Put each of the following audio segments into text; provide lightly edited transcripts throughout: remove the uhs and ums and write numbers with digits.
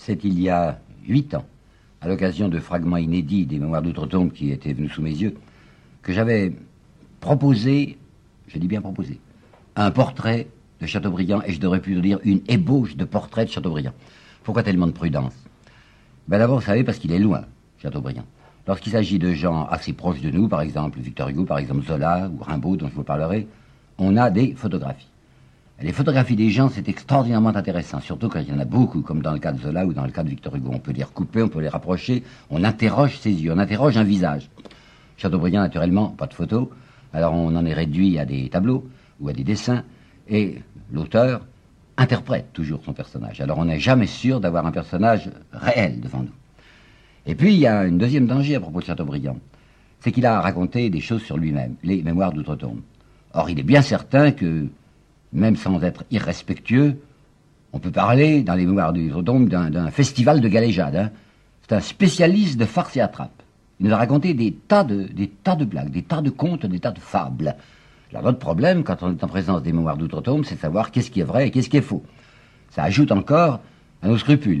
c'est il y a 8 ans, à l'occasion de fragments inédits des Mémoires d'Outre-Tombe qui étaient venus sous mes yeux, que j'avais proposé, je dis bien proposé, un portrait de Chateaubriand, et je devrais plutôt dire une ébauche de portrait de Chateaubriand. Pourquoi tellement de prudence? Ben d'abord, vous savez, parce qu'il est loin, Chateaubriand. Lorsqu'il s'agit de gens assez proches de nous, par exemple Victor Hugo, par exemple Zola ou Rimbaud, dont je vous parlerai, on a des photographies. Les photographies des gens, c'est extraordinairement intéressant, surtout quand il y en a beaucoup, comme dans le cas de Zola ou dans le cas de Victor Hugo. On peut les recouper, on peut les rapprocher, on interroge ses yeux, on interroge un visage. Chateaubriand, naturellement, pas de photos, alors on en est réduit à des tableaux ou à des dessins, et l'auteur interprète toujours son personnage. Alors on n'est jamais sûr d'avoir un personnage réel devant nous. Et puis il y a un deuxième danger à propos de Chateaubriand, c'est qu'il a raconté des choses sur lui-même, les Mémoires d'Outre-Tombe. Or il est bien certain que, même sans être irrespectueux, on peut parler, dans les Mémoires d'Outre-Tombe, d'un festival de galéjade. Hein. C'est un spécialiste de farce et attrape. Il nous a raconté des tas de blagues, des tas de contes, des tas de fables. Alors notre problème, quand on est en présence des Mémoires d'Outre-Tombe, c'est de savoir qu'est-ce qui est vrai et qu'est-ce qui est faux. Ça ajoute encore à nos scrupules.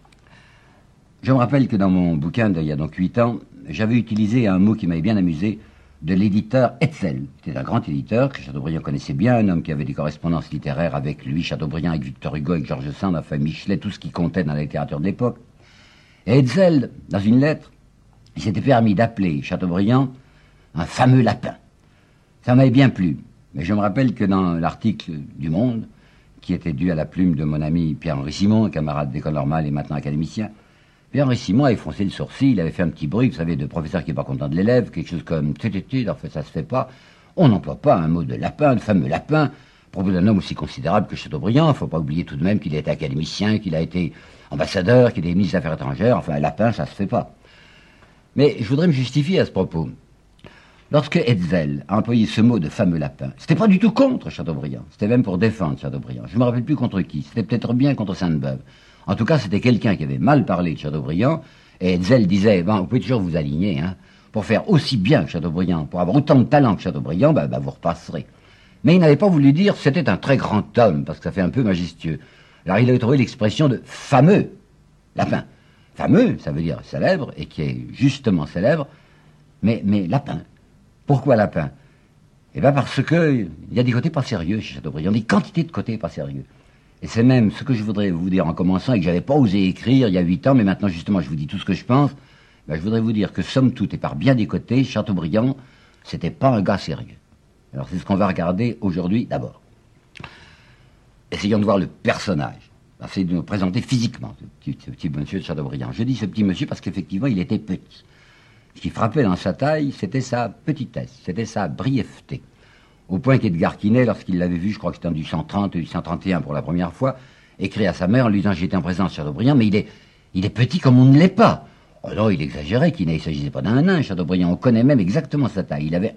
Je me rappelle que dans mon bouquin d'il y a donc 8 ans, j'avais utilisé un mot qui m'avait bien amusé, de l'éditeur Hetzel. C'était un grand éditeur que Chateaubriand connaissait bien, un homme qui avait des correspondances littéraires avec lui, Chateaubriand, avec Victor Hugo, avec Georges Sand, enfin Michelet, tout ce qui comptait dans la littérature de l'époque. Et Hetzel, dans une lettre, il s'était permis d'appeler Chateaubriand un fameux lapin. Ça m'avait bien plu, mais je me rappelle que dans l'article du Monde, qui était dû à la plume de mon ami Pierre-Henri Simon, camarade d'école normale et maintenant académicien, Pierre-Henri Simon avait froncé le sourcil, il avait fait un petit bruit, vous savez, de professeur qui n'est pas content de l'élève, quelque chose comme « en fait ça se fait pas ». On n'emploie pas un mot de lapin, de fameux lapin, à propos d'un homme aussi considérable que Chateaubriand. Il ne faut pas oublier tout de même qu'il a été académicien, qu'il a été ambassadeur, qu'il est ministre des Affaires étrangères, enfin un lapin, ça se fait pas. Mais je voudrais me justifier à ce propos. Lorsque Hetzel a employé ce mot de fameux lapin, c'était pas du tout contre Chateaubriand, c'était même pour défendre Chateaubriand. Je ne me rappelle plus contre qui, c'était peut-être bien contre Sainte-Beuve. En tout cas, c'était quelqu'un qui avait mal parlé de Chateaubriand, et Hetzel disait, vous pouvez toujours vous aligner, hein, pour faire aussi bien que Chateaubriand, pour avoir autant de talent que Chateaubriand, vous repasserez. Mais il n'avait pas voulu dire c'était un très grand homme, parce que ça fait un peu majestueux. Alors il avait trouvé l'expression de fameux lapin. Fameux, ça veut dire célèbre, et qui est justement célèbre, mais lapin. Pourquoi lapin? Eh bien parce que il y a des côtés pas sérieux chez Chateaubriand, des quantités de côtés pas sérieux. Et c'est même ce que je voudrais vous dire en commençant, et que j'avais pas osé écrire il y a 8 ans, mais maintenant justement je vous dis tout ce que je pense. Je voudrais vous dire que somme toute et par bien des côtés, Chateaubriand, c'était pas un gars sérieux. Alors c'est ce qu'on va regarder aujourd'hui d'abord. Essayons de voir le personnage. C'est de nous présenter physiquement ce petit monsieur de Chateaubriand. Je dis ce petit monsieur parce qu'effectivement il était petit. Ce qui frappait dans sa taille, c'était sa petitesse, c'était sa brièveté. Au point qu'Edgar Quinet, lorsqu'il l'avait vu, je crois que c'était en 1830 ou 1831 pour la première fois, écrit à sa mère en lui disant « J'étais en présence de Chateaubriand, mais il est petit comme on ne l'est pas ». Oh non, il exagérait, Quinet, il ne s'agissait pas d'un nain, Chateaubriand. On connaît même exactement sa taille. Il avait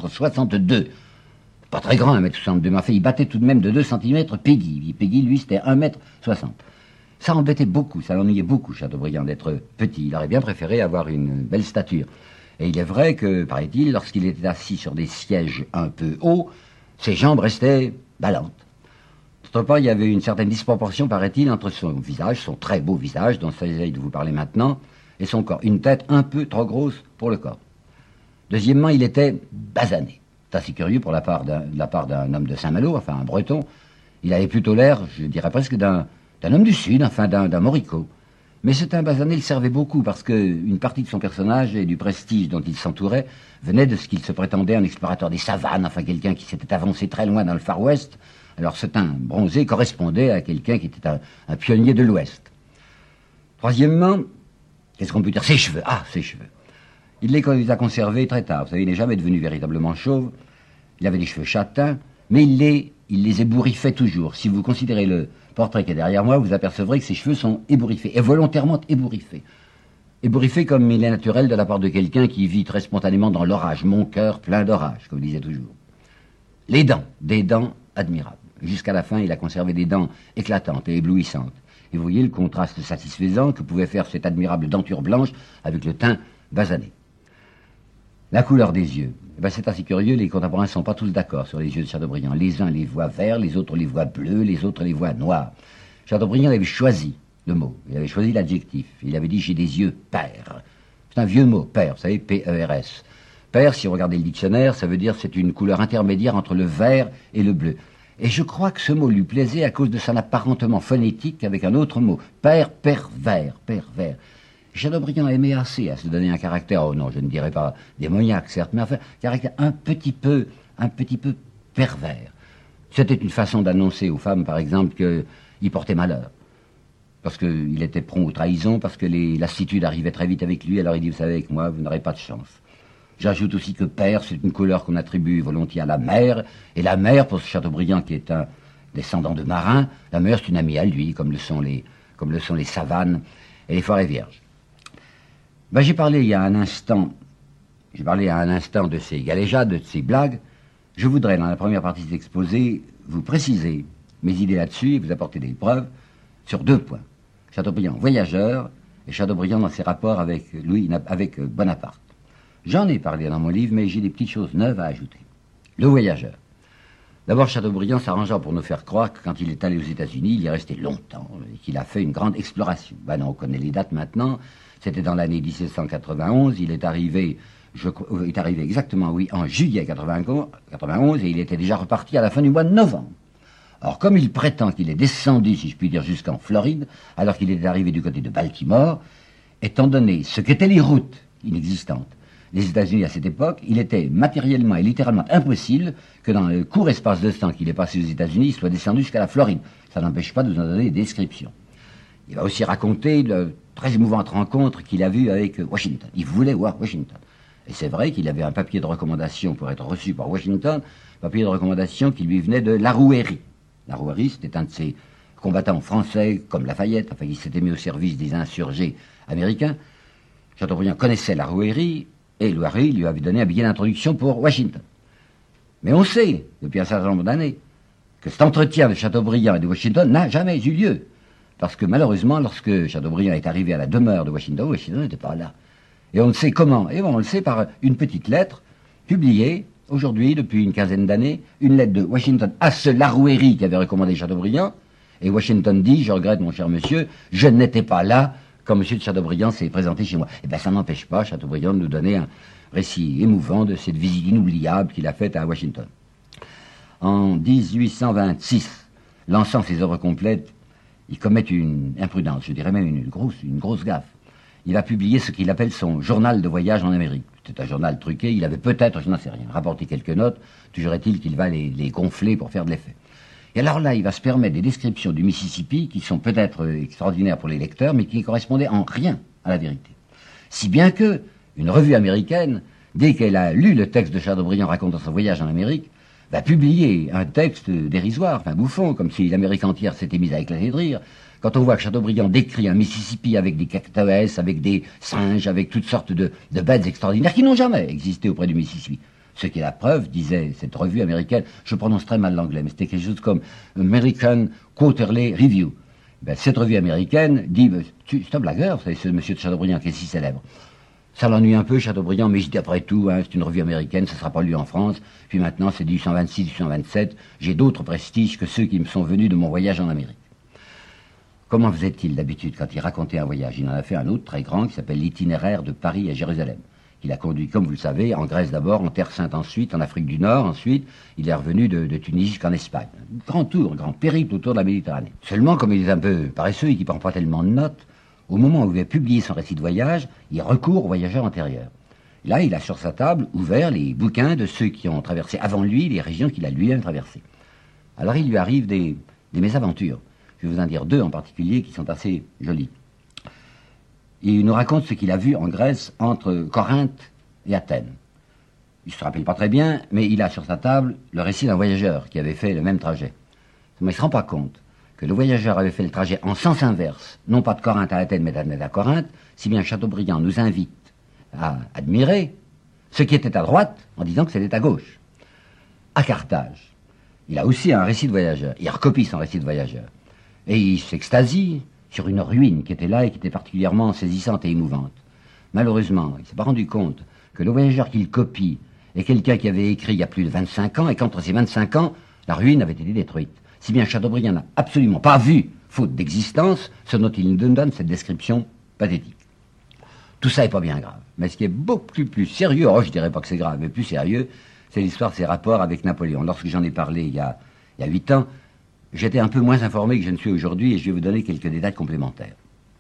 1m62. Pas très grand, 1m62, mais enfin, il battait tout de même de 2 cm Peggy. Peggy, lui, c'était 1m60. Ça embêtait beaucoup, ça l'ennuyait beaucoup, Chateaubriand, d'être petit. Il aurait bien préféré avoir une belle stature. Et il est vrai que, paraît-il, lorsqu'il était assis sur des sièges un peu hauts, ses jambes restaient ballantes. D'autre part, il y avait une certaine disproportion, paraît-il, entre son visage, son très beau visage, dont j'essaie de vous parler maintenant, et son corps. Une tête un peu trop grosse pour le corps. Deuxièmement, il était basané. C'est assez curieux pour la part d'un homme de Saint-Malo, enfin un breton. Il avait plutôt l'air, je dirais presque, d'un homme du Sud, enfin d'un moricaud. Mais cet un basané le servait beaucoup parce qu'une partie de son personnage et du prestige dont il s'entourait venait de ce qu'il se prétendait un explorateur des savanes, enfin quelqu'un qui s'était avancé très loin dans le Far West. Alors ce teint bronzé correspondait à quelqu'un qui était un pionnier de l'Ouest. Troisièmement, qu'est-ce qu'on peut dire? Ses cheveux. Ah, ses cheveux. Il les a conservés très tard. Vous savez, il n'est jamais devenu véritablement chauve. Il avait des cheveux châtains, mais il les ébouriffait toujours. Si vous considérez le portrait qui est derrière moi, vous apercevrez que ses cheveux sont ébouriffés, et volontairement ébouriffés. Ébouriffés comme il est naturel de la part de quelqu'un qui vit très spontanément dans l'orage. Mon cœur plein d'orage, comme il disait toujours. Les dents, des dents admirables. Jusqu'à la fin, il a conservé des dents éclatantes et éblouissantes. Et vous voyez le contraste satisfaisant que pouvait faire cette admirable denture blanche avec le teint basané. La couleur des yeux. C'est assez curieux, les contemporains ne sont pas tous d'accord sur les yeux de Chateaubriand. Les uns les voient verts, les autres les voient bleus, les autres les voient noirs. Chateaubriand avait choisi le mot. Il avait choisi l'adjectif. Il avait dit « j'ai des yeux pères ». C'est un vieux mot, père, vous savez, P-E-R-S. Père, si vous regardez le dictionnaire, ça veut dire c'est une couleur intermédiaire entre le vert et le bleu. Et je crois que ce mot lui plaisait à cause de son apparentement phonétique avec un autre mot. Père, pervers, pervers. Chateaubriand aimait assez à se donner un caractère, oh non, je ne dirais pas démoniaque, certes, mais enfin, un caractère un petit peu pervers. C'était une façon d'annoncer aux femmes, par exemple, qu'il portait malheur. Parce qu'il était prompt aux trahisons, parce que lassitude arrivait très vite avec lui, alors il dit, vous savez, avec moi, vous n'aurez pas de chance. J'ajoute aussi que père, c'est une couleur qu'on attribue volontiers à la mer, et la mer, pour ce Chateaubriand qui est un descendant de marin, la mer c'est une amie à lui, comme le sont les savanes et les forêts vierges. Ben, j'ai parlé à un instant de ces galéjades, de ces blagues. Je voudrais, dans la première partie de cet exposé, vous préciser mes idées là-dessus et vous apporter des preuves sur 2 points. Chateaubriand voyageur et Chateaubriand dans ses rapports avec Bonaparte. J'en ai parlé dans mon livre, mais j'ai des petites choses neuves à ajouter. Le voyageur. D'abord, Chateaubriand s'arrangea pour nous faire croire que quand il est allé aux États-Unis, il y est resté longtemps et qu'il a fait une grande exploration. Ben non, on connaît les dates maintenant. C'était dans l'année 1791. Il est arrivé exactement, oui, en juillet 91 et il était déjà reparti à la fin du mois de novembre. Or, comme il prétend qu'il est descendu, si je puis dire, jusqu'en Floride, alors qu'il était arrivé du côté de Baltimore, étant donné ce qu'étaient les routes inexistantes des États-Unis à cette époque, il était matériellement et littéralement impossible que dans le court espace de temps qu'il est passé aux États-Unis, il soit descendu jusqu'à la Floride. Ça n'empêche pas de nous en donner des descriptions. Il va aussi raconter de très émouvante rencontre qu'il a vue avec Washington. Il voulait voir Washington. Et c'est vrai qu'il avait un papier de recommandation pour être reçu par Washington, papier de recommandation qui lui venait de Larouérie. Larouérie, c'était un de ces combattants français comme Lafayette, enfin, qui s'était mis au service des insurgés américains. Chateaubriand connaissait Larouérie, et Larouérie lui avait donné un billet d'introduction pour Washington. Mais on sait, depuis un certain nombre d'années, que cet entretien de Chateaubriand et de Washington n'a jamais eu lieu. Parce que malheureusement, lorsque Chateaubriand est arrivé à la demeure de Washington, Washington n'était pas là. Et on ne sait comment. Et bon, on le sait par une petite lettre publiée, aujourd'hui, depuis une quinzaine d'années, une lettre de Washington à ce Larouérie qui avait recommandé Chateaubriand. Et Washington dit, je regrette mon cher monsieur, je n'étais pas là quand monsieur de Chateaubriand s'est présenté chez moi. Eh bien, ça n'empêche pas Chateaubriand de nous donner un récit émouvant de cette visite inoubliable qu'il a faite à Washington. En 1826, lançant ses œuvres complètes, il commet une imprudence, je dirais même une grosse gaffe. Il a publié ce qu'il appelle son journal de voyage en Amérique. C'est un journal truqué, il avait peut-être, je n'en sais rien, rapporté quelques notes, toujours est-il qu'il va les gonfler pour faire de l'effet. Et alors là, il va se permettre des descriptions du Mississippi qui sont peut-être extraordinaires pour les lecteurs, mais qui ne correspondaient en rien à la vérité. Si bien que une revue américaine, dès qu'elle a lu le texte de Chateaubriand racontant son voyage en Amérique, va publier un texte dérisoire, enfin bouffon, comme si l'Amérique entière s'était mise à éclater de rire. Quand on voit que Chateaubriand décrit un Mississippi avec des cactus, avec des singes, avec toutes sortes de bêtes extraordinaires qui n'ont jamais existé auprès du Mississippi. Ce qui est la preuve, disait cette revue américaine, je prononce très mal l'anglais, mais c'était quelque chose comme American Quarterly Review. Ben, cette revue américaine dit, c'est un blagueur, c'est ce monsieur de Chateaubriand qui est si célèbre. Ça l'ennuie un peu, Chateaubriand, mais je dis après tout, c'est une revue américaine, ça ne sera pas lu en France. Puis maintenant, c'est 1826, 1827, j'ai d'autres prestiges que ceux qui me sont venus de mon voyage en Amérique. Comment faisait-il d'habitude quand il racontait un voyage? Il en a fait un autre très grand qui s'appelle l'itinéraire de Paris à Jérusalem. Il a conduit, comme vous le savez, en Grèce d'abord, en Terre Sainte ensuite, en Afrique du Nord ensuite. Il est revenu de Tunisie jusqu'en Espagne. Grand tour, grand périple autour de la Méditerranée. Seulement, comme il est un peu paresseux et qu'il ne prend pas tellement de notes, au moment où il va publier son récit de voyage, il recourt au voyageur antérieur. Là, il a sur sa table ouvert les bouquins de ceux qui ont traversé avant lui les régions qu'il a lui-même traversées. Alors il lui arrive des mésaventures. Je vais vous en dire 2 en particulier qui sont assez jolies. Il nous raconte ce qu'il a vu en Grèce entre Corinthe et Athènes. Il ne se rappelle pas très bien, mais il a sur sa table le récit d'un voyageur qui avait fait le même trajet. Mais il ne se rend pas compte que le voyageur avait fait le trajet en sens inverse, non pas de Corinthe à Athènes, mais d'Athènes à Corinthe, si bien Chateaubriand nous invite à admirer ce qui était à droite en disant que c'était à gauche. À Carthage, il a aussi un récit de voyageur. Il recopie son récit de voyageur. Et il s'extasie sur une ruine qui était là et qui était particulièrement saisissante et émouvante. Malheureusement, il ne s'est pas rendu compte que le voyageur qu'il copie est quelqu'un qui avait écrit il y a plus de 25 ans et qu'entre ces 25 ans, la ruine avait été détruite. Si bien Chateaubriand n'a absolument pas vu faute d'existence, ce dont il nous donne cette description pathétique. Tout ça n'est pas bien grave. Mais ce qui est beaucoup plus sérieux, je ne dirais pas que c'est grave, mais plus sérieux, c'est l'histoire de ses rapports avec Napoléon. Lorsque j'en ai parlé il y a 8 ans, j'étais un peu moins informé que je ne suis aujourd'hui et je vais vous donner quelques détails complémentaires.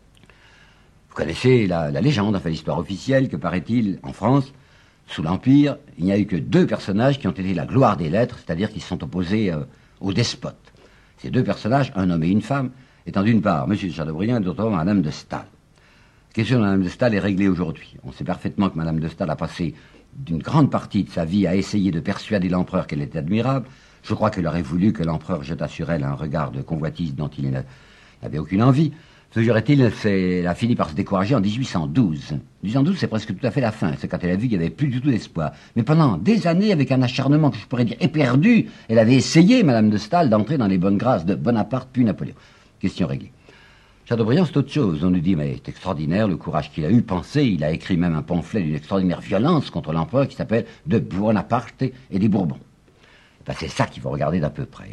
Vous connaissez la légende, enfin l'histoire officielle, que paraît-il, en France, sous l'Empire, il n'y a eu que 2 personnages qui ont été la gloire des lettres, c'est-à-dire qui se sont opposés aux despotes. Ces 2 personnages, un homme et une femme, étant d'une part M. de Chateaubriand et d'autre part Mme de Staël. La question de Mme de Staël est réglée aujourd'hui. On sait parfaitement que Mme de Staël a passé d'une grande partie de sa vie à essayer de persuader l'empereur qu'elle était admirable. Je crois qu'elle aurait voulu que l'empereur jetât sur elle un regard de convoitise dont il n'avait aucune envie. Toujours est-il, elle a fini par se décourager en 1812. 1812, c'est presque tout à fait la fin. C'est quand elle a vu qu'il n'y avait plus du tout d'espoir. Mais pendant des années, avec un acharnement que je pourrais dire éperdu, elle avait essayé, Mme de Staël, d'entrer dans les bonnes grâces de Bonaparte puis Napoléon. Question réglée. Chateaubriand, c'est autre chose. On nous dit, mais c'est extraordinaire le courage qu'il a eu. Pensez, il a écrit même un pamphlet d'une extraordinaire violence contre l'empereur qui s'appelle « De Bonaparte et des Bourbons ». Ben, c'est ça qu'il faut regarder d'à peu près.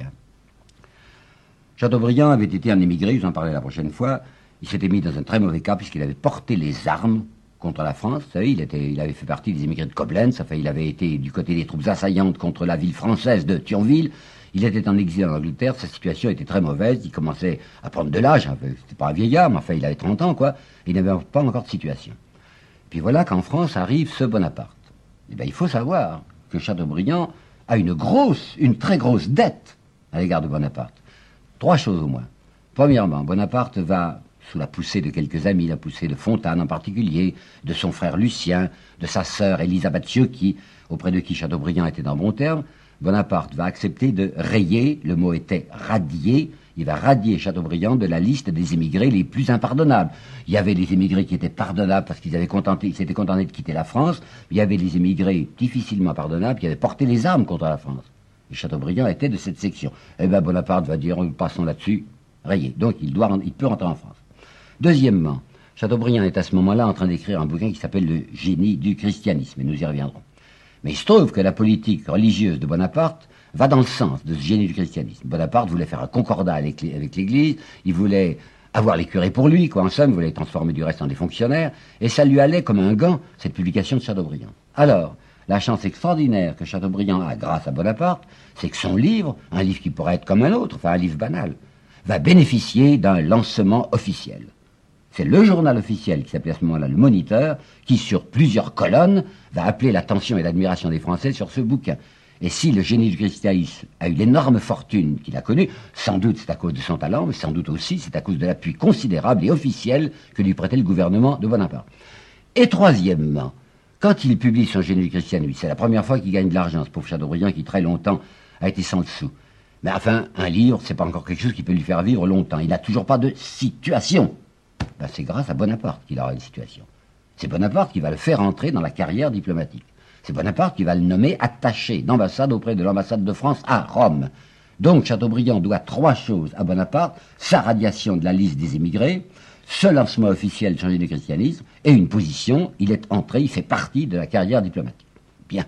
Chateaubriand avait été un émigré, je vous en parlerai la prochaine fois. Il s'était mis dans un très mauvais cas puisqu'il avait porté les armes contre la France. Vous savez, il avait fait partie des émigrés de Coblentz. Enfin, il avait été du côté des troupes assaillantes contre la ville française de Thionville. Il était en exil en Angleterre, sa situation était très mauvaise, il commençait à prendre de l'âge, c'était pas un vieillard, mais enfin il avait 30 ans, quoi, il n'avait pas encore de situation. Puis voilà qu'en France arrive ce Bonaparte. Eh bien, il faut savoir que Chateaubriand a une très grosse dette à l'égard de Bonaparte. 3 choses au moins. Premièrement, Bonaparte va, sous la poussée de quelques amis, la poussée de Fontane en particulier, de son frère Lucien, de sa sœur Elisabeth Ciocchi, auprès de qui Chateaubriand était en bons termes, Bonaparte va accepter de rayer, le mot était radier, il va radier Chateaubriand de la liste des émigrés les plus impardonnables. Il y avait des émigrés qui étaient pardonnables parce qu'ils s'étaient contentés de quitter la France, il y avait des émigrés difficilement pardonnables qui avaient porté les armes contre la France. Et Chateaubriand était de cette section. Eh bien Bonaparte va dire, passons là-dessus, rayé. Donc il peut rentrer en France. Deuxièmement, Chateaubriand est à ce moment-là en train d'écrire un bouquin qui s'appelle Le génie du christianisme, et nous y reviendrons. Mais il se trouve que la politique religieuse de Bonaparte va dans le sens de ce génie du christianisme. Bonaparte voulait faire un concordat avec l'Église, il voulait avoir les curés pour lui, quoi, en somme, il voulait les transformer du reste en des fonctionnaires, et ça lui allait comme un gant, cette publication de Chateaubriand. Alors, la chance extraordinaire que Chateaubriand a grâce à Bonaparte, c'est que son livre, un livre qui pourrait être comme un autre, enfin un livre banal, va bénéficier d'un lancement officiel. C'est le journal officiel, qui s'appelait à ce moment-là le Moniteur, qui sur plusieurs colonnes va appeler l'attention et l'admiration des Français sur ce bouquin. Et si le génie du christianisme a eu l'énorme fortune qu'il a connue, sans doute c'est à cause de son talent, mais sans doute aussi c'est à cause de l'appui considérable et officiel que lui prêtait le gouvernement de Bonaparte. Et troisièmement, quand il publie son génie du christianisme, c'est la première fois qu'il gagne de l'argent, ce pauvre Chateaubriand qui très longtemps a été sans dessous. Mais enfin, un livre, c'est pas encore quelque chose qui peut lui faire vivre longtemps. Il n'a toujours pas de situation. Ben, c'est grâce à Bonaparte qu'il aura une situation. C'est Bonaparte qui va le faire entrer dans la carrière diplomatique. C'est Bonaparte qui va le nommer attaché d'ambassade auprès de l'ambassade de France à Rome. Donc Chateaubriand doit 3 choses à Bonaparte: sa radiation de la liste des émigrés, ce lancement officiel changé du christianisme, et une position, il est entré, il fait partie de la carrière diplomatique. Bien.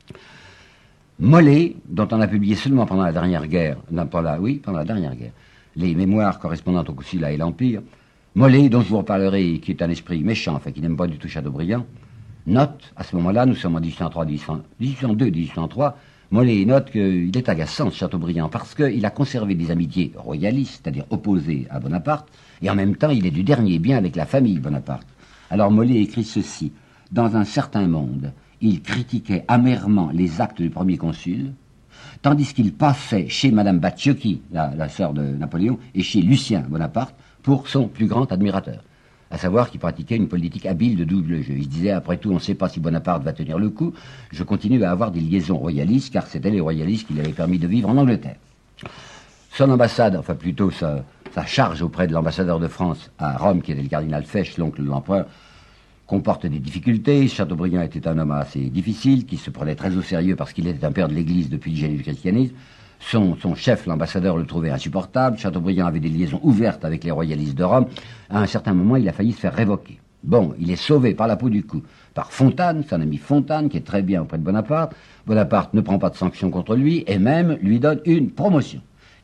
Molé, dont on a publié seulement pendant la dernière guerre, pendant la dernière guerre, les mémoires correspondantes au Consulat et l'Empire, Molé, dont je vous reparlerai, qui est un esprit méchant, enfin qui n'aime pas du tout Chateaubriand, note, à ce moment-là, nous sommes en 1802-1803, Molé note qu'il est agaçant, Chateaubriand, parce qu'il a conservé des amitiés royalistes, c'est-à-dire opposées à Bonaparte, et en même temps, il est du dernier bien avec la famille Bonaparte. Alors Molé écrit ceci: dans un certain monde, il critiquait amèrement les actes du premier consul, tandis qu'il passait chez Madame Battiocchi, la sœur de Napoléon, et chez Lucien Bonaparte, pour son plus grand admirateur, à savoir qu'il pratiquait une politique habile de double jeu. Il se disait, après tout, on ne sait pas si Bonaparte va tenir le coup, je continue à avoir des liaisons royalistes, car c'était les royalistes qui lui avaient permis de vivre en Angleterre. Son ambassade, enfin plutôt sa charge auprès de l'ambassadeur de France à Rome, qui était le cardinal Fesch, l'oncle de l'empereur, comporte des difficultés. Chateaubriand était un homme assez difficile, qui se prenait très au sérieux parce qu'il était un père de l'Église depuis le génie du christianisme. Son chef, l'ambassadeur, le trouvait insupportable. Chateaubriand avait des liaisons ouvertes avec les royalistes de Rome. À un certain moment, il a failli se faire révoquer. Bon, il est sauvé par la peau du cou par Fontane, son ami Fontane, qui est très bien auprès de Bonaparte. Bonaparte ne prend pas de sanctions contre lui et même lui donne une promotion.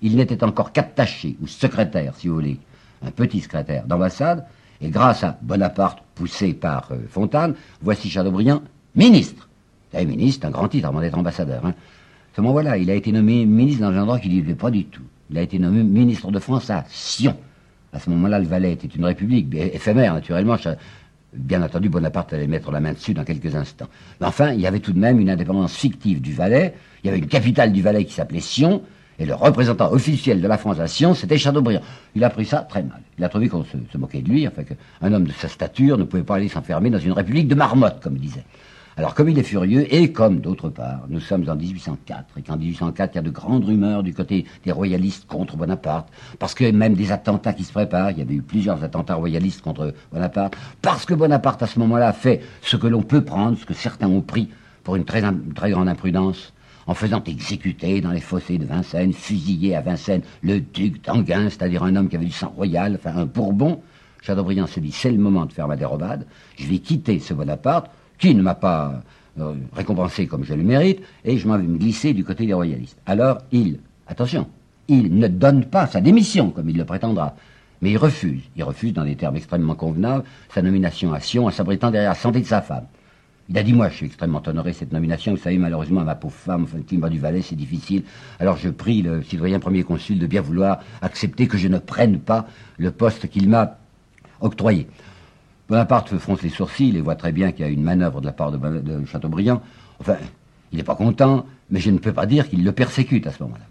Il n'était encore qu'attaché, ou secrétaire, si vous voulez, un petit secrétaire d'ambassade, et grâce à Bonaparte, poussé par Fontane, voici Chateaubriand, ministre. Et ministre, un grand titre avant d'être ambassadeur. Hein. Seulement voilà, il a été nommé ministre dans un endroit qu'il n'y vivait pas du tout. Il a été nommé ministre de France à Sion. À ce moment-là, le Valais était une république éphémère, naturellement. Bien entendu, Bonaparte allait mettre la main dessus dans quelques instants. Mais enfin, il y avait tout de même une indépendance fictive du Valais. Il y avait une capitale du Valais qui s'appelait Sion. Et le représentant officiel de la France à Sion, c'était Chateaubriand. Il a pris ça très mal. Il a trouvé qu'on se moquait de lui, enfin qu'un homme de sa stature ne pouvait pas aller s'enfermer dans une république de marmotte, comme il disait. Alors, comme il est furieux, et comme, d'autre part, nous sommes en 1804, et qu'en 1804, il y a de grandes rumeurs du côté des royalistes contre Bonaparte, parce que même des attentats qui se préparent, il y avait eu plusieurs attentats royalistes contre Bonaparte, parce que Bonaparte, à ce moment-là, fait ce que l'on peut prendre, ce que certains ont pris pour une très grande imprudence, en faisant exécuter dans les fossés de Vincennes, fusiller à Vincennes le duc d'Enghien, c'est-à-dire un homme qui avait du sang royal, enfin un Bourbon. Chateaubriand se dit, c'est le moment de faire ma dérobade, je vais quitter ce Bonaparte, qui ne m'a pas récompensé comme je le mérite, et je m'en vais me glisser du côté des royalistes. Alors attention, il ne donne pas sa démission, comme il le prétendra, mais il refuse dans des termes extrêmement convenables, sa nomination à Sion en s'abritant derrière la santé de sa femme. Il a dit, moi, je suis extrêmement honoré de cette nomination, vous savez, malheureusement, ma pauvre femme, enfin, le climat du Valais, c'est difficile, alors je prie le citoyen premier consul de bien vouloir accepter que je ne prenne pas le poste qu'il m'a octroyé. Bonaparte fronce les sourcils et voit très bien qu'il y a une manœuvre de la part de Chateaubriand. Enfin, il n'est pas content, mais je ne peux pas dire qu'il le persécute à ce moment-là.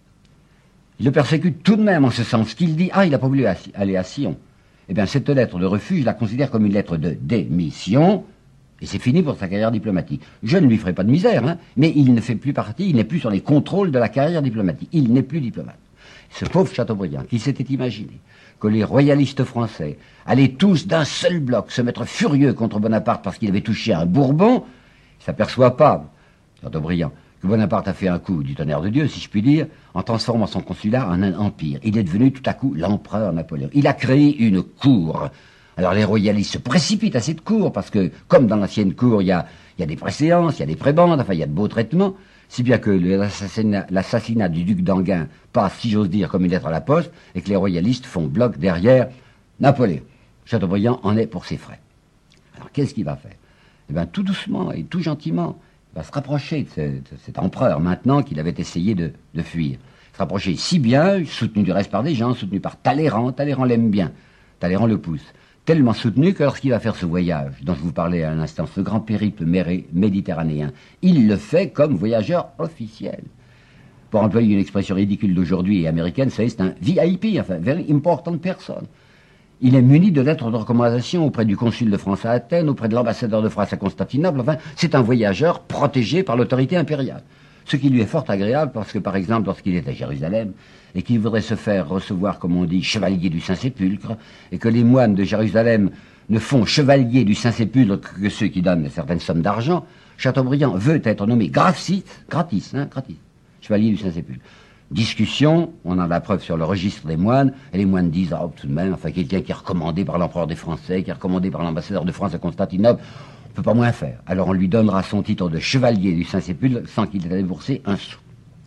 Il le persécute tout de même en ce sens qu'il dit, il n'a pas voulu aller à Sion. Eh bien, cette lettre de refus, je la considère comme une lettre de démission, et c'est fini pour sa carrière diplomatique. Je ne lui ferai pas de misère, hein, mais il ne fait plus partie, il n'est plus sur les contrôles de la carrière diplomatique. Il n'est plus diplomate. Ce pauvre Chateaubriand, qui s'était imaginé que les royalistes français allaient tous d'un seul bloc se mettre furieux contre Bonaparte parce qu'il avait touché à un Bourbon, il ne s'aperçoit pas, Chateaubriand, que Bonaparte a fait un coup du tonnerre de Dieu, si je puis dire, en transformant son consulat en un empire. Il est devenu tout à coup l'empereur Napoléon. Il a créé une cour. Alors les royalistes se précipitent à cette cour parce que, comme dans l'ancienne cour, il y a des préséances, il y a des prébendes, enfin il y a de beaux traitements, si bien que l'assassinat du duc d'Enghien passe, si j'ose dire, comme une lettre à la poste, et que les royalistes font bloc derrière Napoléon. Chateaubriand en est pour ses frais. Alors qu'est-ce qu'il va faire? Eh bien, tout doucement et tout gentiment, il va se rapprocher de cet empereur, maintenant qu'il avait essayé de fuir. Se rapprocher si bien, soutenu du reste par des gens, soutenu par Talleyrand. Talleyrand l'aime bien. Talleyrand le pousse. Tellement soutenu que lorsqu'il va faire ce voyage, dont je vous parlais à l'instant, ce grand périple méditerranéen, il le fait comme voyageur officiel. Pour employer une expression ridicule d'aujourd'hui et américaine, c'est un VIP, enfin, very important person. Il est muni de lettres de recommandation auprès du consul de France à Athènes, auprès de l'ambassadeur de France à Constantinople, enfin, c'est un voyageur protégé par l'autorité impériale. Ce qui lui est fort agréable parce que, par exemple, lorsqu'il est à Jérusalem, et qu'il voudrait se faire recevoir, comme on dit, chevalier du Saint-Sépulcre, et que les moines de Jérusalem ne font chevalier du Saint-Sépulcre que ceux qui donnent certaines sommes d'argent, Chateaubriand veut être nommé gratis, chevalier du Saint-Sépulcre. Discussion, on en a la preuve sur le registre des moines, et les moines disent, tout de même, enfin, quelqu'un qui est recommandé par l'empereur des Français, qui est recommandé par l'ambassadeur de France à Constantinople, on ne peut pas moins faire. Alors on lui donnera son titre de chevalier du Saint-Sépulcre sans qu'il ait déboursé un sou.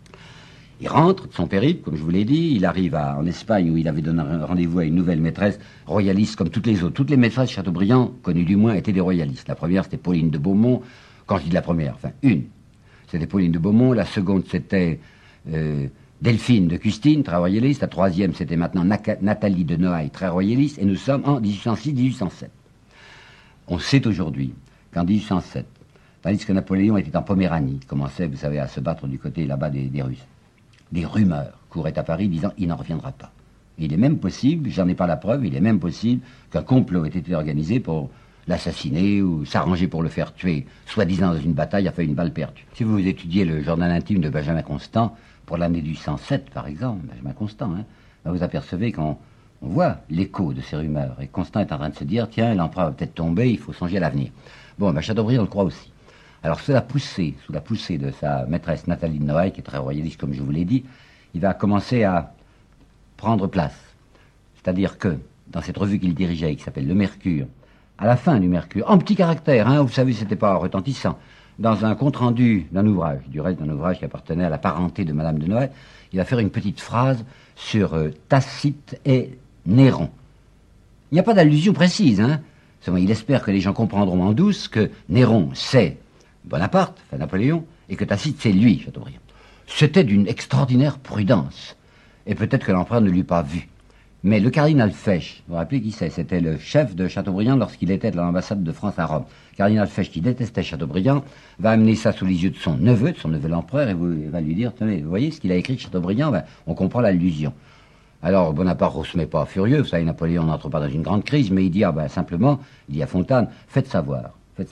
Il rentre de son périple, comme je vous l'ai dit, il arrive en Espagne où il avait donné rendez-vous à une nouvelle maîtresse royaliste comme toutes les autres. Toutes les maîtresses Chateaubriand, connues du moins, étaient des royalistes. La première, c'était Pauline de Beaumont. Quand je dis la première, enfin une, c'était Pauline de Beaumont. La seconde, c'était Delphine de Custine, très royaliste. La troisième, c'était maintenant Nathalie de Noailles, très royaliste. Et nous sommes en 1806-1807. On sait aujourd'hui qu'en 1807, tandis que Napoléon était en Poméranie, commençait, vous savez, à se battre du côté là-bas des Russes, des rumeurs couraient à Paris disant « il n'en reviendra pas ». Il est même possible, j'en ai pas la preuve, il est même possible qu'un complot ait été organisé pour l'assassiner ou s'arranger pour le faire tuer, soi-disant dans une bataille, a fait une balle perdue. Si vous étudiez le journal intime de Benjamin Constant, pour l'année 1807 par exemple, Benjamin Constant, vous apercevez qu'on voit l'écho de ces rumeurs. Et Constant est en train de se dire « tiens, l'empereur va peut-être tomber, il faut songer à l'avenir ». Bon, Chateaubriand le croit aussi. Alors, sous la poussée de sa maîtresse Nathalie de Noailles, qui est très royaliste, comme je vous l'ai dit, il va commencer à prendre place. C'est-à-dire que, dans cette revue qu'il dirigeait, qui s'appelle Le Mercure, à la fin du Mercure, en petit caractère, vous savez, c'était pas retentissant, dans un compte-rendu d'un ouvrage, du reste d'un ouvrage qui appartenait à la parenté de Madame de Noailles, il va faire une petite phrase sur Tacite et Néron. Il n'y a pas d'allusion précise, hein. Seulement, il espère que les gens comprendront en douce que Néron, c'est Bonaparte, enfin Napoléon, et que Tacite, c'est lui, Chateaubriand. C'était d'une extraordinaire prudence. Et peut-être que l'empereur ne l'eût pas vu. Mais le cardinal Fesch, vous vous rappelez qui c'est? C'était le chef de Chateaubriand lorsqu'il était de l'ambassade de France à Rome. Cardinal Fesch, qui détestait Chateaubriand, va amener ça sous les yeux de son neveu l'empereur, et va lui dire, tenez, vous voyez ce qu'il a écrit de Chateaubriand, ben, on comprend l'allusion. Alors Bonaparte ne se met pas furieux, vous savez, Napoléon n'entre pas dans une grande crise, mais il dit, simplement, il dit à Fontane, faites savoir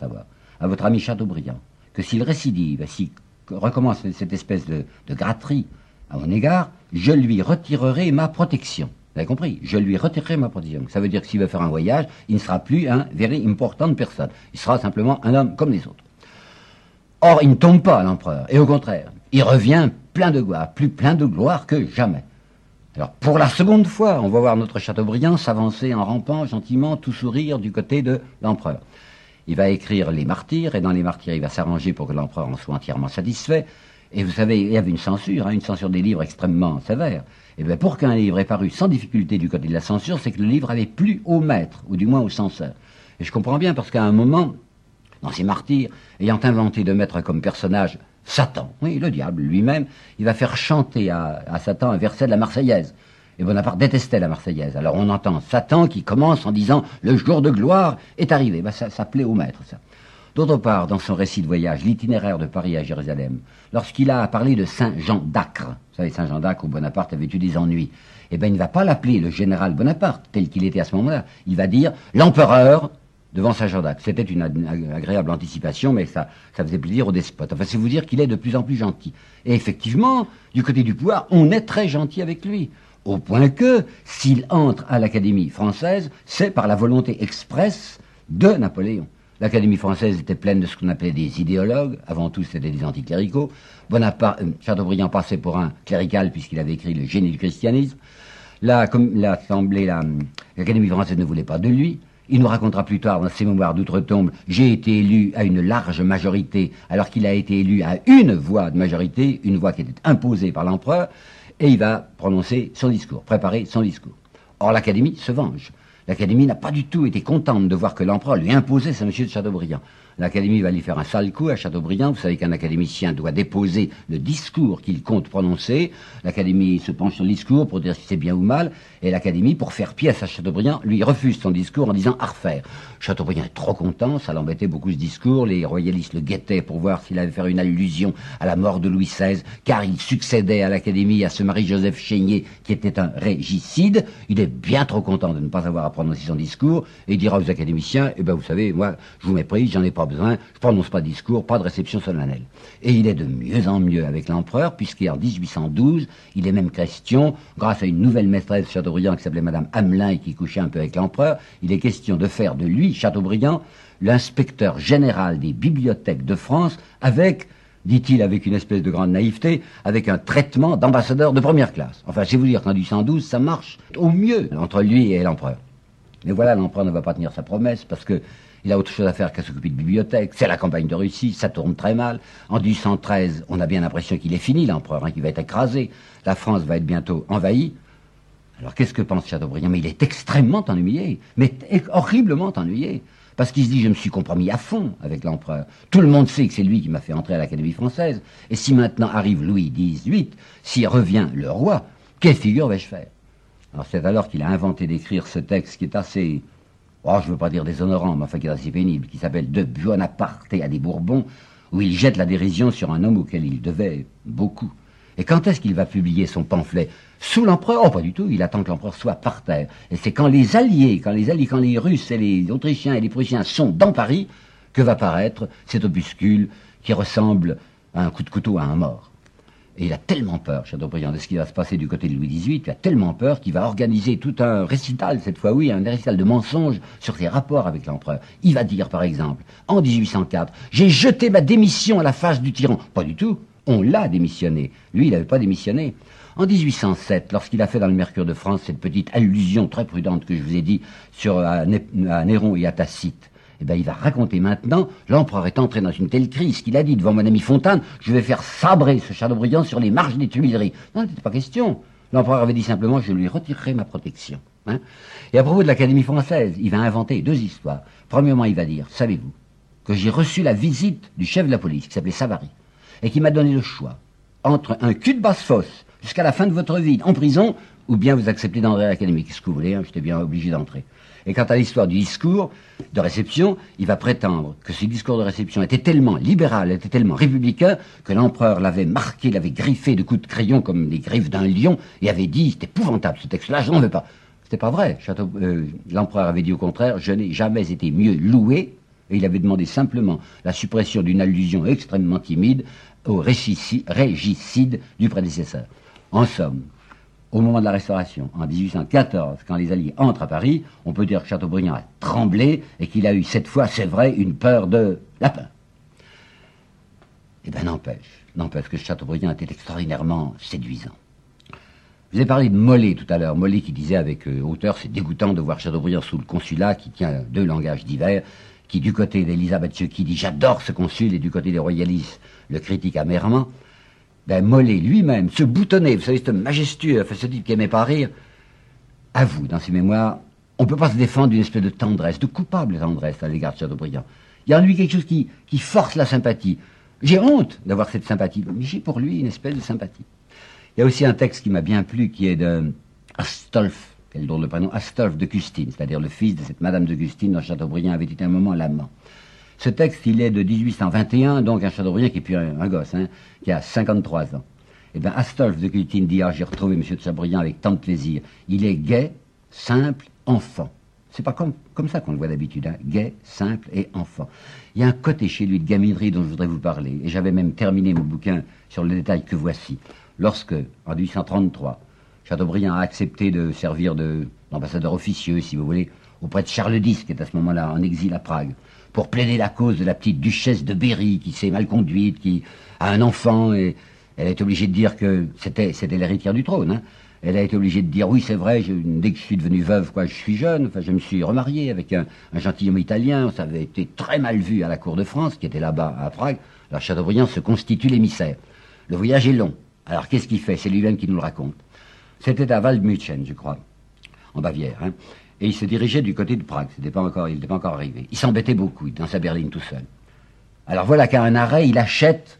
à votre ami Chateaubriand que s'il récidive, s'il recommence cette espèce de gratterie à mon égard, je lui retirerai ma protection. Vous avez compris? Je lui retirerai ma protection. Ça veut dire que s'il veut faire un voyage, il ne sera plus un very important personne. Il sera simplement un homme comme les autres. Or, il ne tombe pas, l'empereur. Et au contraire, il revient plein de gloire, plus plein de gloire que jamais. Alors, pour la seconde fois, on va voir notre Chateaubriand s'avancer en rampant gentiment, tout sourire du côté de l'empereur. Il va écrire Les Martyrs, et dans Les Martyrs, il va s'arranger pour que l'empereur en soit entièrement satisfait. Et vous savez, il y avait une censure des livres extrêmement sévère. Et bien, pour qu'un livre ait paru sans difficulté du côté de la censure, c'est que le livre avait plu au maître, ou du moins au censeur. Et je comprends bien, parce qu'à un moment, dans ces Martyrs, ayant inventé de mettre comme personnage Satan, oui, le diable lui-même, il va faire chanter à Satan un verset de la Marseillaise. Et Bonaparte détestait la Marseillaise. Alors on entend Satan qui commence en disant « Le jour de gloire est arrivé ». Ben, ça plaît au maître, ça. D'autre part, dans son récit de voyage, l'itinéraire de Paris à Jérusalem, lorsqu'il a parlé de Saint Jean d'Acre, vous savez, Saint Jean d'Acre où Bonaparte avait eu des ennuis, eh bien, il ne va pas l'appeler le général Bonaparte, tel qu'il était à ce moment-là. Il va dire l'empereur devant Saint Jean d'Acre. C'était une agréable anticipation, mais ça faisait plaisir au despote. Enfin, c'est vous dire qu'il est de plus en plus gentil. Et effectivement, du côté du pouvoir, on est très gentil avec lui. Au point que, s'il entre à l'Académie française, c'est par la volonté expresse de Napoléon. L'Académie française était pleine de ce qu'on appelait des idéologues. Avant tout, c'était des anticléricaux. Chateaubriand passait pour un clérical puisqu'il avait écrit Le génie du christianisme. L'Académie française ne voulait pas de lui. Il nous racontera plus tard dans ses mémoires d'outre-tombe, j'ai été élu à une large majorité, alors qu'il a été élu à une voix de majorité, une voix qui était imposée par l'empereur, et il va prononcer son discours, préparer son discours. Or, l'Académie se venge. L'Académie n'a pas du tout été contente de voir que l'empereur lui imposait ce monsieur de Chateaubriand. L'Académie va lui faire un sale coup à Chateaubriand. Vous savez qu'un académicien doit déposer le discours qu'il compte prononcer. L'Académie se penche sur le discours pour dire si c'est bien ou mal. Et l'Académie, pour faire pièce à Chateaubriand, lui refuse son discours en disant « à refaire ». Chateaubriand est trop content, ça l'embêtait beaucoup ce discours. Les royalistes le guettaient pour voir s'il allait faire une allusion à la mort de Louis XVI, car il succédait à l'Académie à ce Marie-Joseph Chénier qui était un régicide. Il est bien trop content de ne pas avoir à prononcer son discours. Et il dira aux académiciens « eh ben vous savez, moi, je vous méprise, j'en ai pas besoin, je prononce pas de discours, pas de réception solennelle ». Et il est de mieux en mieux avec l'empereur, puisqu'en 1812, il est même question, grâce à une nouvelle maîtresse Chateaubriand qui s'appelait Madame Hamelin et qui couchait un peu avec l'empereur, il est question de faire de lui, Chateaubriand, l'inspecteur général des bibliothèques de France, avec, dit-il avec une espèce de grande naïveté, avec un traitement d'ambassadeur de première classe. Enfin, je vais vous dire qu'en 1812, ça marche au mieux entre lui et l'empereur. Mais voilà, l'empereur ne va pas tenir sa promesse, parce que il a autre chose à faire qu'à s'occuper de bibliothèque. C'est la campagne de Russie, ça tourne très mal. En 1813, on a bien l'impression qu'il est fini, l'empereur, qu'il va être écrasé. La France va être bientôt envahie. Alors qu'est-ce que pense Chateaubriand? Mais il est extrêmement ennuyé, mais horriblement ennuyé. Parce qu'il se dit, je me suis compromis à fond avec l'empereur. Tout le monde sait que c'est lui qui m'a fait entrer à l'Académie française. Et si maintenant arrive Louis XVIII, s'il revient le roi, quelle figure vais-je faire? Alors c'est alors qu'il a inventé d'écrire ce texte qui est assez... je ne veux pas dire déshonorant, mais enfin qui est assez pénible, qui s'appelle « De Buonaparte à des Bourbons », où il jette la dérision sur un homme auquel il devait beaucoup. Et quand est-ce qu'il va publier son pamphlet? Sous l'empereur? Oh, pas du tout, il attend que l'empereur soit par terre. Et c'est quand les Russes et les Autrichiens et les Prussiens sont dans Paris, que va paraître cet opuscule qui ressemble à un coup de couteau à un mort. Et il a tellement peur, Chateaubriand, de ce qui va se passer du côté de Louis XVIII, il a tellement peur qu'il va organiser tout un récital, cette fois oui, un récital de mensonges sur ses rapports avec l'empereur. Il va dire, par exemple, en 1804, « J'ai jeté ma démission à la face du tyran ». Pas du tout, on l'a démissionné. Lui, il n'avait pas démissionné. En 1807, lorsqu'il a fait dans le Mercure de France cette petite allusion très prudente que je vous ai dit sur à Néron et à Tacite, Eh bien, il va raconter maintenant, l'empereur est entré dans une telle crise qu'il a dit devant mon ami Fontane, je vais faire sabrer ce Chateaubriand sur les marges des Tuileries. Non, il n'était pas question. L'empereur avait dit simplement, je lui retirerai ma protection. Hein. Et à propos de l'Académie française, il va inventer deux histoires. Premièrement, il va dire, savez-vous, que j'ai reçu la visite du chef de la police, qui s'appelait Savary, et qui m'a donné le choix entre un cul de basse-fosse jusqu'à la fin de votre vie en prison, ou bien vous acceptez d'entrer à l'Académie. Qu'est-ce que vous voulez, hein, j'étais bien obligé d'entrer. Et quant à l'histoire du discours de réception, il va prétendre que ce discours de réception était tellement libéral, était tellement républicain, que l'empereur l'avait marqué, l'avait griffé de coups de crayon comme les griffes d'un lion, et avait dit, c'est épouvantable ce texte-là, je n'en veux pas. C'était pas vrai. L'empereur avait dit au contraire, je n'ai jamais été mieux loué, et il avait demandé simplement la suppression d'une allusion extrêmement timide au régicide du prédécesseur. En somme, au moment de la Restauration, en 1814, quand les Alliés entrent à Paris, on peut dire que Chateaubriand a tremblé et qu'il a eu cette fois, c'est vrai, une peur de lapin. Eh bien, n'empêche que Chateaubriand était extraordinairement séduisant. Je vous ai parlé de Molé tout à l'heure. Molé qui disait avec hauteur, c'est dégoûtant de voir Chateaubriand sous le consulat, qui tient deux langages divers, qui du côté d'Elisabeth Tcheuki dit « j'adore ce consul » et du côté des royalistes le critique amèrement. Ben, Molé lui-même se boutonnait, vous savez, ce majestueux, ce type qui aimait pas rire, avoue dans ses mémoires, on ne peut pas se défendre d'une espèce de tendresse, de coupable tendresse à l'égard de Chateaubriand. Il y a en lui quelque chose qui force la sympathie. J'ai honte d'avoir cette sympathie, mais j'ai pour lui une espèce de sympathie. Il y a aussi un texte qui m'a bien plu, qui est de Astolphe, quel drôle de prénom, Astolphe de Custine, c'est-à-dire le fils de cette Madame de Custine dont Chateaubriand avait été un moment l'amant. Ce texte, il est de 1821, donc un Chateaubriand qui est plus un gosse, hein, qui a 53 ans. Eh bien, Astolphe de Custine dit, ah, j'ai retrouvé M. de Chateaubriand avec tant de plaisir. Il est gai, simple, enfant. C'est pas comme ça qu'on le voit d'habitude, hein, gai, simple et enfant. Il y a un côté chez lui de gaminerie dont je voudrais vous parler, et j'avais même terminé mon bouquin sur le détail que voici. Lorsque, en 1833, Chateaubriand a accepté de servir d'ambassadeur officieux, si vous voulez, auprès de Charles X, qui est à ce moment-là en exil à Prague, pour plaider la cause de la petite duchesse de Berry, qui s'est mal conduite, qui a un enfant, et elle a été obligée de dire que c'était l'héritière du trône. Hein. Elle a été obligée de dire, oui, c'est vrai, dès que je suis devenue veuve, je suis jeune, je me suis remariée avec un gentilhomme italien, ça avait été très mal vu à la cour de France, qui était là-bas à Prague. Alors Chateaubriand se constitue l'émissaire. Le voyage est long. Alors qu'est-ce qu'il fait? C'est lui-même qui nous le raconte. C'était à Waldmützen, je crois, en Bavière, hein. Et il se dirigeait du côté de Prague. Il n'était pas encore arrivé. Il s'embêtait beaucoup. Il était dans sa berline tout seul. Alors voilà qu'à un arrêt, il achète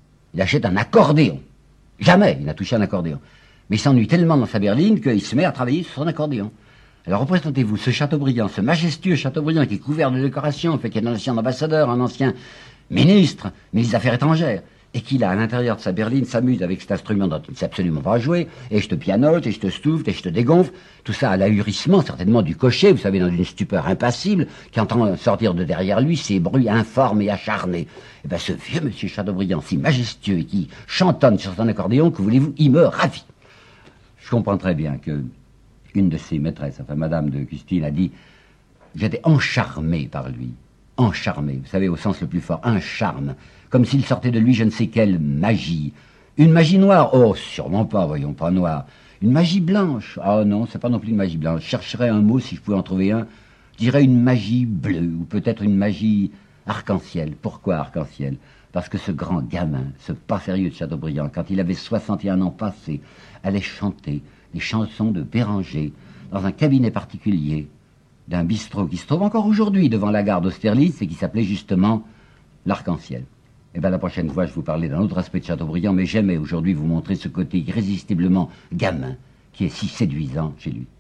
un accordéon. Jamais il n'a touché un accordéon. Mais il s'ennuie tellement dans sa berline qu'il se met à travailler sur son accordéon. Alors représentez-vous ce Chateaubriand, ce majestueux Chateaubriand qui est couvert de décorations, fait qu'il est un ancien ambassadeur, un ancien ministre des Affaires étrangères, et qu'il a à l'intérieur de sa berline s'amuse avec cet instrument dont il ne sait absolument pas jouer, et je te pianote, et je te stouffe, et je te dégonfle, tout ça à l'ahurissement certainement du cocher, vous savez, dans une stupeur impassible, qui entend sortir de derrière lui ces bruits informes et acharnés. Et bien ce vieux monsieur Chateaubriand, si majestueux, et qui chantonne sur son accordéon, que voulez-vous, il me ravit. Je comprends très bien que une de ses maîtresses, enfin Madame de Custine, a dit, j'étais encharmé par lui, encharmé, vous savez, au sens le plus fort, un charme, comme s'il sortait de lui je ne sais quelle magie. Une magie noire? Oh, sûrement pas, voyons, pas noire. Une magie blanche? Ah non, c'est pas non plus une magie blanche. Je chercherais un mot, si je pouvais en trouver un. Je dirais une magie bleue, ou peut-être une magie arc-en-ciel. Pourquoi arc-en-ciel? Parce que ce grand gamin, ce pas sérieux de Chateaubriand, quand il avait 61 ans passés, allait chanter les chansons de Béranger dans un cabinet particulier d'un bistrot qui se trouve encore aujourd'hui devant la gare d'Austerlitz et qui s'appelait justement l'Arc-en-Ciel. Eh bien, la prochaine fois, je vous parlais d'un autre aspect de Chateaubriand, mais j'aimais aujourd'hui vous montrer ce côté irrésistiblement gamin qui est si séduisant chez lui.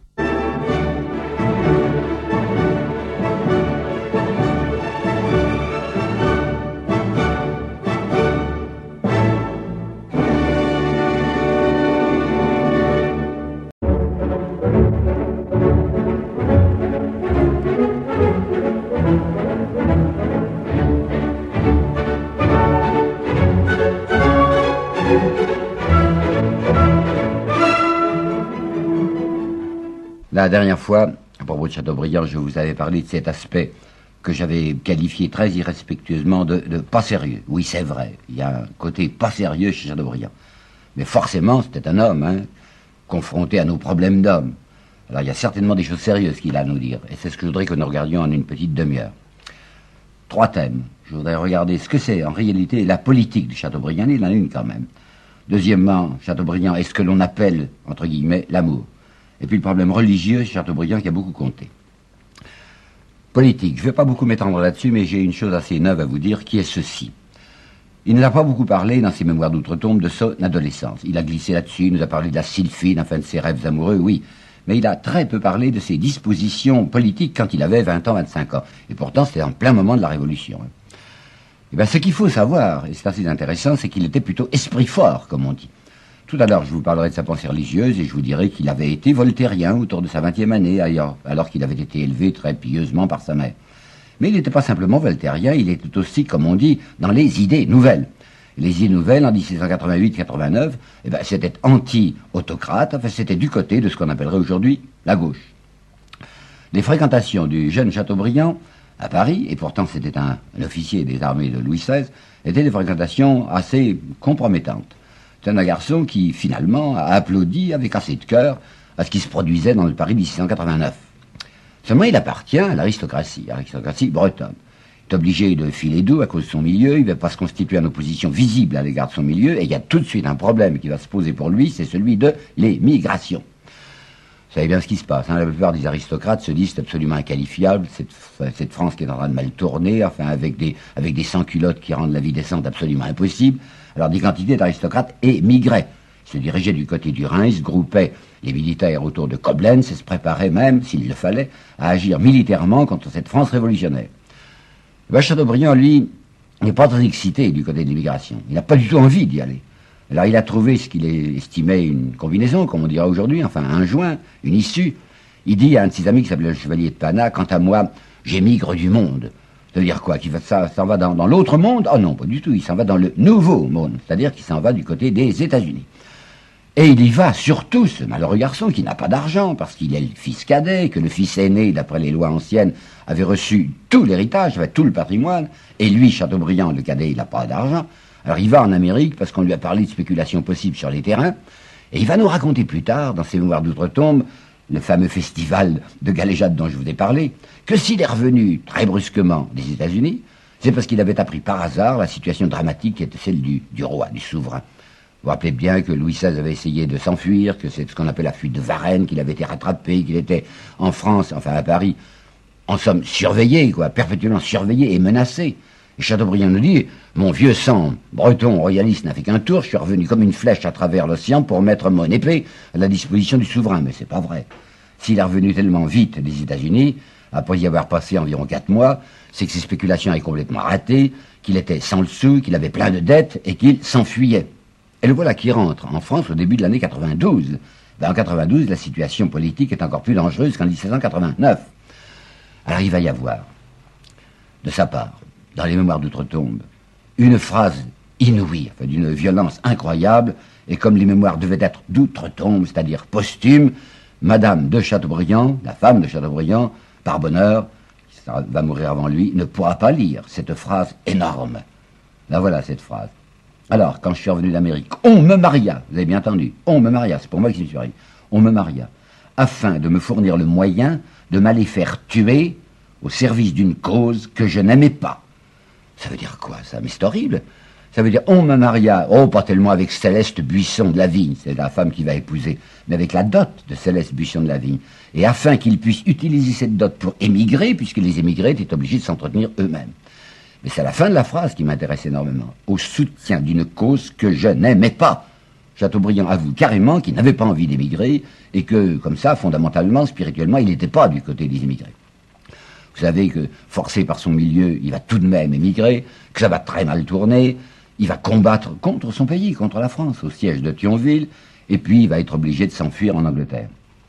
La dernière fois, à propos de Chateaubriand, je vous avais parlé de cet aspect que j'avais qualifié très irrespectueusement de pas sérieux. Oui, c'est vrai, il y a un côté pas sérieux chez Chateaubriand. Mais forcément, c'était un homme, hein, confronté à nos problèmes d'homme. Alors il y a certainement des choses sérieuses qu'il a à nous dire, et c'est ce que je voudrais que nous regardions en une petite demi-heure. 3 thèmes. Je voudrais regarder ce que c'est en réalité la politique de Chateaubriand, il en a une quand même. Deuxièmement, Chateaubriand est ce que l'on appelle, entre guillemets, l'amour. Et puis le problème religieux chez Chateaubriand qui a beaucoup compté. Politique, je ne vais pas beaucoup m'étendre là-dessus, mais j'ai une chose assez neuve à vous dire, qui est ceci. Il ne a pas beaucoup parlé dans ses mémoires d'outre-tombe de son adolescence. Il a glissé là-dessus, il nous a parlé de la sylphide, enfin de ses rêves amoureux, oui. Mais il a très peu parlé de ses dispositions politiques quand il avait 20 ans, 25 ans. Et pourtant, c'était en plein moment de la Révolution. Et bien, ce qu'il faut savoir, et c'est assez intéressant, c'est qu'il était plutôt esprit fort, comme on dit. Tout à l'heure, je vous parlerai de sa pensée religieuse et je vous dirai qu'il avait été voltairien autour de sa 20e année, alors qu'il avait été élevé très pieusement par sa mère. Mais il n'était pas simplement voltairien, il était aussi, comme on dit, dans les idées nouvelles. Les idées nouvelles, en 1788-89, c'était anti-autocrate, enfin c'était du côté de ce qu'on appellerait aujourd'hui la gauche. Les fréquentations du jeune Chateaubriand à Paris, et pourtant c'était un officier des armées de Louis XVI, étaient des fréquentations assez compromettantes. C'est un garçon qui, finalement, a applaudi avec assez de cœur à ce qui se produisait dans le Paris 1689. Seulement, il appartient à l'aristocratie bretonne. Il est obligé de filer doux à cause de son milieu, il ne va pas se constituer en opposition visible à l'égard de son milieu, et il y a tout de suite un problème qui va se poser pour lui, c'est celui de l'émigration. Vous savez bien ce qui se passe, hein. La plupart des aristocrates se disent absolument inqualifiables, cette France qui est en train de mal tourner, enfin avec des sans-culottes qui rendent la vie décente absolument impossible. Alors des quantités d'aristocrates émigraient, se dirigeaient du côté du Rhin, se groupaient les militaires autour de Coblentz et se préparaient même, s'il le fallait, à agir militairement contre cette France révolutionnaire. Chateaubriand, lui, n'est pas très excité du côté de l'immigration. Il n'a pas du tout envie d'y aller. Alors il a trouvé ce qu'il estimait une combinaison, comme on dira aujourd'hui, enfin un joint, une issue. Il dit à un de ses amis qui s'appelait le Chevalier de Pana, quant à moi, j'émigre du monde. Ça veut dire quoi? Ça s'en va dans l'autre monde? Oh non, pas du tout, il s'en va dans le nouveau monde, c'est-à-dire qu'il s'en va du côté des États-Unis. Et il y va surtout, ce malheureux garçon qui n'a pas d'argent, parce qu'il est le fils cadet, que le fils aîné, d'après les lois anciennes, avait reçu tout l'héritage, avait tout le patrimoine, et lui, Chateaubriand, le cadet, il n'a pas d'argent. Alors il va en Amérique, parce qu'on lui a parlé de spéculation possible sur les terrains, et il va nous raconter plus tard, dans ses mémoires d'outre-tombe, le fameux festival de galéjade dont je vous ai parlé, que s'il est revenu très brusquement des États-Unis, c'est parce qu'il avait appris par hasard la situation dramatique qui était celle du roi, du souverain. Vous vous rappelez bien que Louis XVI avait essayé de s'enfuir, que c'est ce qu'on appelle la fuite de Varennes, qu'il avait été rattrapé, qu'il était en France, enfin à Paris, en somme surveillé, perpétuellement surveillé et menacé. Et Chateaubriand nous dit, mon vieux sang breton royaliste n'a fait qu'un tour, je suis revenu comme une flèche à travers l'océan pour mettre mon épée à la disposition du souverain. Mais c'est pas vrai. S'il est revenu tellement vite des États-Unis, après y avoir passé environ 4 mois, c'est que ses spéculations avaient complètement raté, qu'il était sans le sou, qu'il avait plein de dettes et qu'il s'enfuyait. Et le voilà qui rentre en France au début de l'année 92. En 92, la situation politique est encore plus dangereuse qu'en 1789. Alors il va y avoir, de sa part, dans les mémoires d'outre-tombe, une phrase inouïe, d'une violence incroyable, et comme les mémoires devaient être d'outre-tombe, c'est-à-dire posthume, Madame de Chateaubriand, la femme de Chateaubriand, par bonheur, qui va mourir avant lui, ne pourra pas lire cette phrase énorme. Là voilà cette phrase. Alors, quand je suis revenu d'Amérique, on me maria, vous avez bien entendu, on me maria, c'est pour moi que j'y suis arrivé, on me maria, afin de me fournir le moyen de m'aller faire tuer au service d'une cause que je n'aimais pas. Ça veut dire quoi, ça? Mais c'est horrible. Ça veut dire, on me maria, pas tellement avec Céleste Buisson de la Vigne, c'est la femme qui va épouser, mais avec la dot de Céleste Buisson de la Vigne. Et afin qu'ils puissent utiliser cette dot pour émigrer, puisque les émigrés étaient obligés de s'entretenir eux-mêmes. Mais c'est la fin de la phrase qui m'intéresse énormément. Au soutien d'une cause que je n'aimais pas. Chateaubriand avoue carrément qu'il n'avait pas envie d'émigrer, et que, comme ça, fondamentalement, spirituellement, il n'était pas du côté des émigrés. Vous savez que, forcé par son milieu, il va tout de même émigrer, que ça va très mal tourner, il va combattre contre son pays, contre la France, au siège de Thionville, et puis il va être obligé de s'enfuir en Angleterre.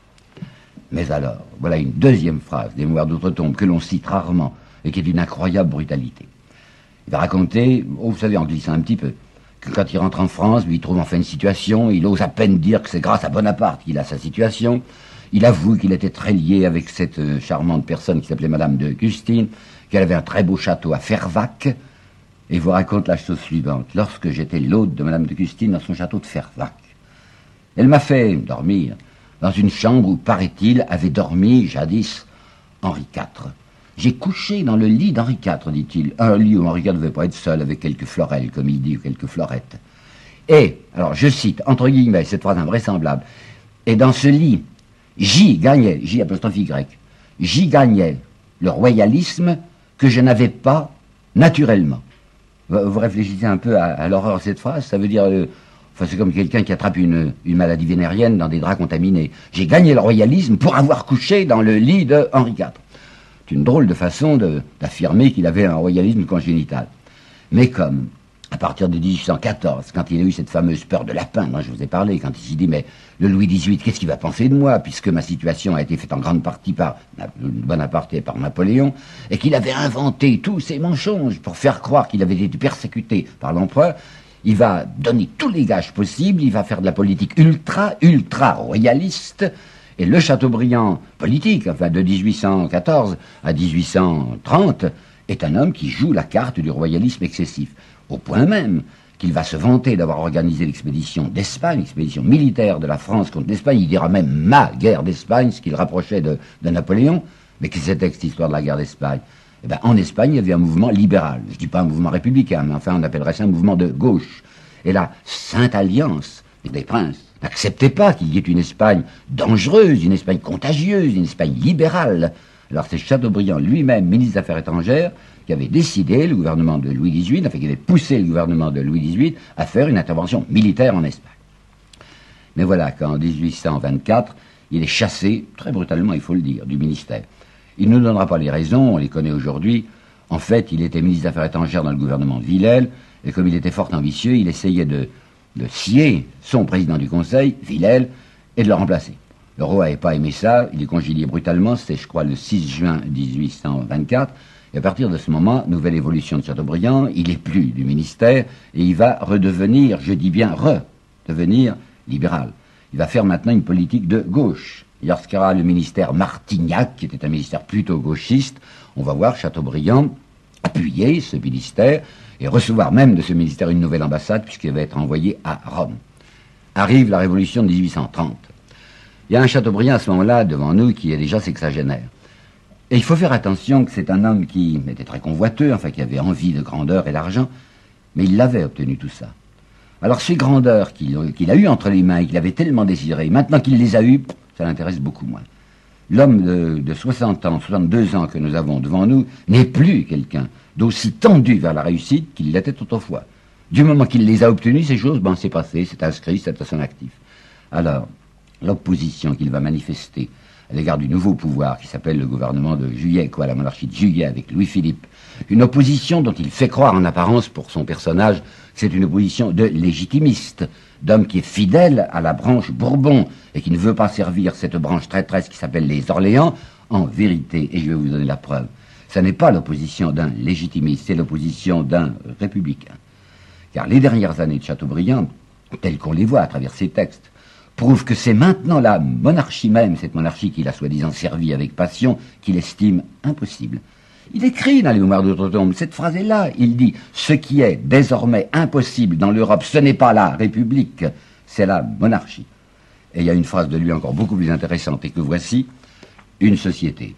Mais alors, voilà une deuxième phrase des mémoires d'outre-tombe que l'on cite rarement, et qui est d'une incroyable brutalité. Il va raconter, vous savez, en glissant un petit peu, que quand il rentre en France, lui, il trouve enfin une situation, il ose à peine dire que c'est grâce à Bonaparte qu'il a sa situation. Il avoue qu'il était très lié avec cette charmante personne qui s'appelait Madame de Custine, qu'elle avait un très beau château à Fervaques, et vous raconte la chose suivante. Lorsque j'étais l'hôte de Madame de Custine dans son château de Fervaques, elle m'a fait dormir dans une chambre où, paraît-il, avait dormi, jadis, Henri IV. J'ai couché dans le lit d'Henri IV, dit-il. Un lit où Henri IV ne devait pas être seul avec quelques florelles, comme il dit, ou quelques florettes. Et, alors je cite, entre guillemets, cette phrase invraisemblable, et dans ce lit, j'y gagnais, J', j'y gagnais le royalisme que je n'avais pas naturellement. Vous réfléchissez un peu à l'horreur de cette phrase, ça veut dire, enfin c'est comme quelqu'un qui attrape une maladie vénérienne dans des draps contaminés. J'ai gagné le royalisme pour avoir couché dans le lit de Henri IV. C'est une drôle de façon d'affirmer qu'il avait un royalisme congénital. Mais comme, à partir de 1814, quand il a eu cette fameuse peur de lapin dont je vous ai parlé, quand il s'est dit, mais le Louis XVIII, qu'est-ce qu'il va penser de moi, puisque ma situation a été faite en grande partie par Bonaparte et par Napoléon, et qu'il avait inventé tous ces mensonges pour faire croire qu'il avait été persécuté par l'empereur, il va donner tous les gages possibles, il va faire de la politique ultra royaliste, et le Chateaubriand politique, enfin de 1814 à 1830, est un homme qui joue la carte du royalisme excessif, au point même qu'il va se vanter d'avoir organisé l'expédition d'Espagne, l'expédition militaire de la France contre l'Espagne. Il dira même ma guerre d'Espagne, ce qu'il rapprochait de Napoléon. Mais qu'est-ce que c'était que cette histoire de la guerre d'Espagne? Eh bien, en Espagne, il y avait un mouvement libéral. Je ne dis pas un mouvement républicain, mais enfin, on appellerait ça un mouvement de gauche. Et la Sainte Alliance des princes n'acceptait pas qu'il y ait une Espagne dangereuse, une Espagne contagieuse, une Espagne libérale. Alors c'est Chateaubriand lui-même, ministre des Affaires étrangères, qui avait décidé, le gouvernement de Louis XVIII, enfin qui avait poussé le gouvernement de Louis XVIII à faire une intervention militaire en Espagne. Mais voilà qu'en 1824, il est chassé, très brutalement il faut le dire, du ministère. Il ne nous donnera pas les raisons, on les connaît aujourd'hui. En fait, il était ministre des Affaires étrangères dans le gouvernement de Villèle, et comme il était fort ambitieux, il essayait de scier son président du Conseil, Villèle, et de le remplacer. Le roi n'avait pas aimé ça, il est congédié brutalement, c'était je crois le 6 juin 1824, et à partir de ce moment, nouvelle évolution de Chateaubriand, il n'est plus du ministère, et il va redevenir, je dis bien redevenir libéral. Il va faire maintenant une politique de gauche. Et lorsqu'il y aura le ministère Martignac, qui était un ministère plutôt gauchiste, on va voir Chateaubriand appuyer ce ministère, et recevoir même de ce ministère une nouvelle ambassade, puisqu'il va être envoyé à Rome. Arrive la révolution de 1830. Il y a un Chateaubriand à ce moment-là devant nous qui est déjà sexagénaire. Et il faut faire attention que c'est un homme qui était très convoiteux, enfin qui avait envie de grandeur et d'argent, mais il l'avait obtenu tout ça. Alors ces grandeurs qu'il a eues entre les mains et qu'il avait tellement désirées, maintenant qu'il les a eues, ça l'intéresse beaucoup moins. L'homme de 60 ans, 62 ans que nous avons devant nous n'est plus quelqu'un d'aussi tendu vers la réussite qu'il l'était autrefois. Du moment qu'il les a obtenues, ces choses, c'est passé, c'est inscrit, c'est à son actif. Alors, l'opposition qu'il va manifester à l'égard du nouveau pouvoir qui s'appelle le gouvernement de Juillet, la monarchie de Juillet avec Louis-Philippe, une opposition dont il fait croire en apparence pour son personnage que c'est une opposition de légitimiste, d'homme qui est fidèle à la branche Bourbon et qui ne veut pas servir cette branche traîtresse qui s'appelle les Orléans. En vérité, et je vais vous donner la preuve, ça n'est pas l'opposition d'un légitimiste, c'est l'opposition d'un républicain. Car les dernières années de Chateaubriand, telles qu'on les voit à travers ses textes, prouvent que c'est maintenant la monarchie même, cette monarchie qu'il a soi-disant servi avec passion, qu'il estime impossible. Il écrit dans les Mémoires d'Outre-Tombe, cette phrase est là, il dit « Ce qui est désormais impossible dans l'Europe, ce n'est pas la République, c'est la monarchie ». Et il y a une phrase de lui encore beaucoup plus intéressante, et que voici, une société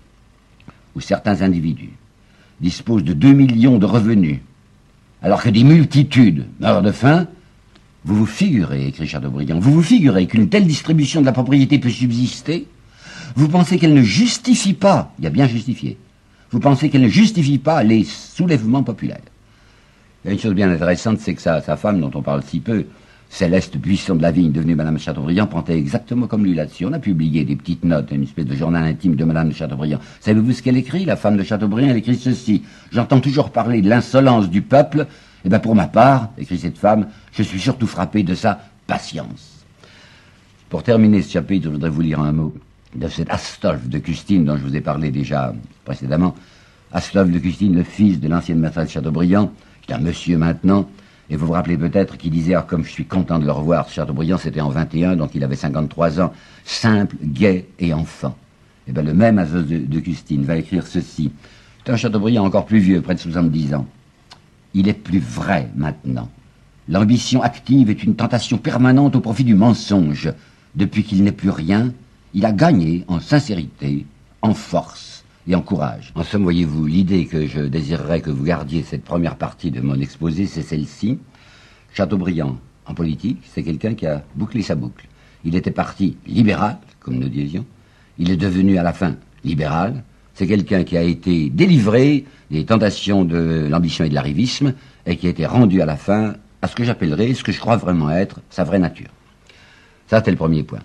où certains individus disposent de 2 millions de revenus, alors que des multitudes meurent de faim. Vous vous figurez, écrit Chateaubriand, vous vous figurez qu'une telle distribution de la propriété peut subsister? Vous pensez qu'elle ne justifie pas, il y a bien justifié, vous pensez qu'elle ne justifie pas les soulèvements populaires. Il y a une chose bien intéressante, c'est que sa femme, dont on parle si peu, Céleste Buisson de la Vigne, devenue Madame Chateaubriand, pensait exactement comme lui là-dessus. On a publié des petites notes, une espèce de journal intime de Madame de Chateaubriand. Savez-vous ce qu'elle écrit, la femme de Chateaubriand? Elle écrit ceci: j'entends toujours parler de l'insolence du peuple. Eh bien, pour ma part, écrit cette femme, je suis surtout frappé de sa patience. Pour terminer ce chapitre, je voudrais vous lire un mot de cet Astolphe de Custine dont je vous ai parlé déjà précédemment. Astolphe de Custine, le fils de l'ancienne maîtresse Chateaubriand, qui est un monsieur maintenant, et vous vous rappelez peut-être qu'il disait, comme je suis content de le revoir, Chateaubriand, c'était en 21, donc il avait 53 ans, simple, gai et enfant. Et bien le même Astolphe de Custine va écrire ceci. C'est un Chateaubriand encore plus vieux, près de 70 ans. Il est plus vrai maintenant. L'ambition active est une tentation permanente au profit du mensonge. Depuis qu'il n'est plus rien, il a gagné en sincérité, en force et en courage. En somme, voyez-vous, l'idée que je désirerais que vous gardiez cette première partie de mon exposé, c'est celle-ci. Chateaubriand, en politique, c'est quelqu'un qui a bouclé sa boucle. Il était parti libéral, comme nous disions. Il est devenu à la fin libéral. C'est quelqu'un qui a été délivré des tentations de l'ambition et de l'arrivisme et qui a été rendu à la fin à ce que j'appellerais, ce que je crois vraiment être, sa vraie nature. Ça, c'était le premier point.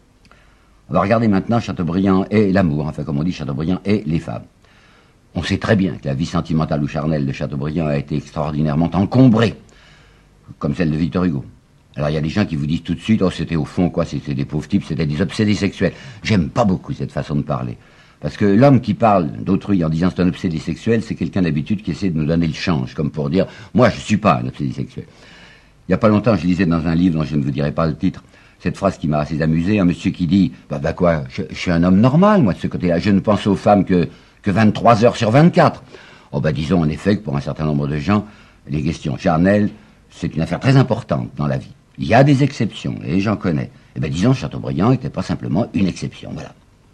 On va regarder maintenant Chateaubriand et l'amour, enfin comme on dit Chateaubriand et les femmes. On sait très bien que la vie sentimentale ou charnelle de Chateaubriand a été extraordinairement encombrée, comme celle de Victor Hugo. Alors il y a des gens qui vous disent tout de suite, oh c'était au fond quoi, c'était des pauvres types, c'était des obsédés sexuels. J'aime pas beaucoup cette façon de parler. Parce que l'homme qui parle d'autrui en disant c'est un obsédé sexuel, c'est quelqu'un d'habitude qui essaie de nous donner le change, comme pour dire, moi je suis pas un obsédé sexuel. Il y a pas longtemps, je lisais dans un livre dont je ne vous dirai pas le titre, cette phrase qui m'a assez amusé, un monsieur qui dit, quoi, je suis un homme normal, moi de ce côté-là, je ne pense aux femmes que 23 heures sur 24. Oh disons en effet que pour un certain nombre de gens, les questions charnelles, c'est une affaire très importante dans la vie. Il y a des exceptions, et j'en connais. Disons, Chateaubriand n'était pas simplement une exception, voilà.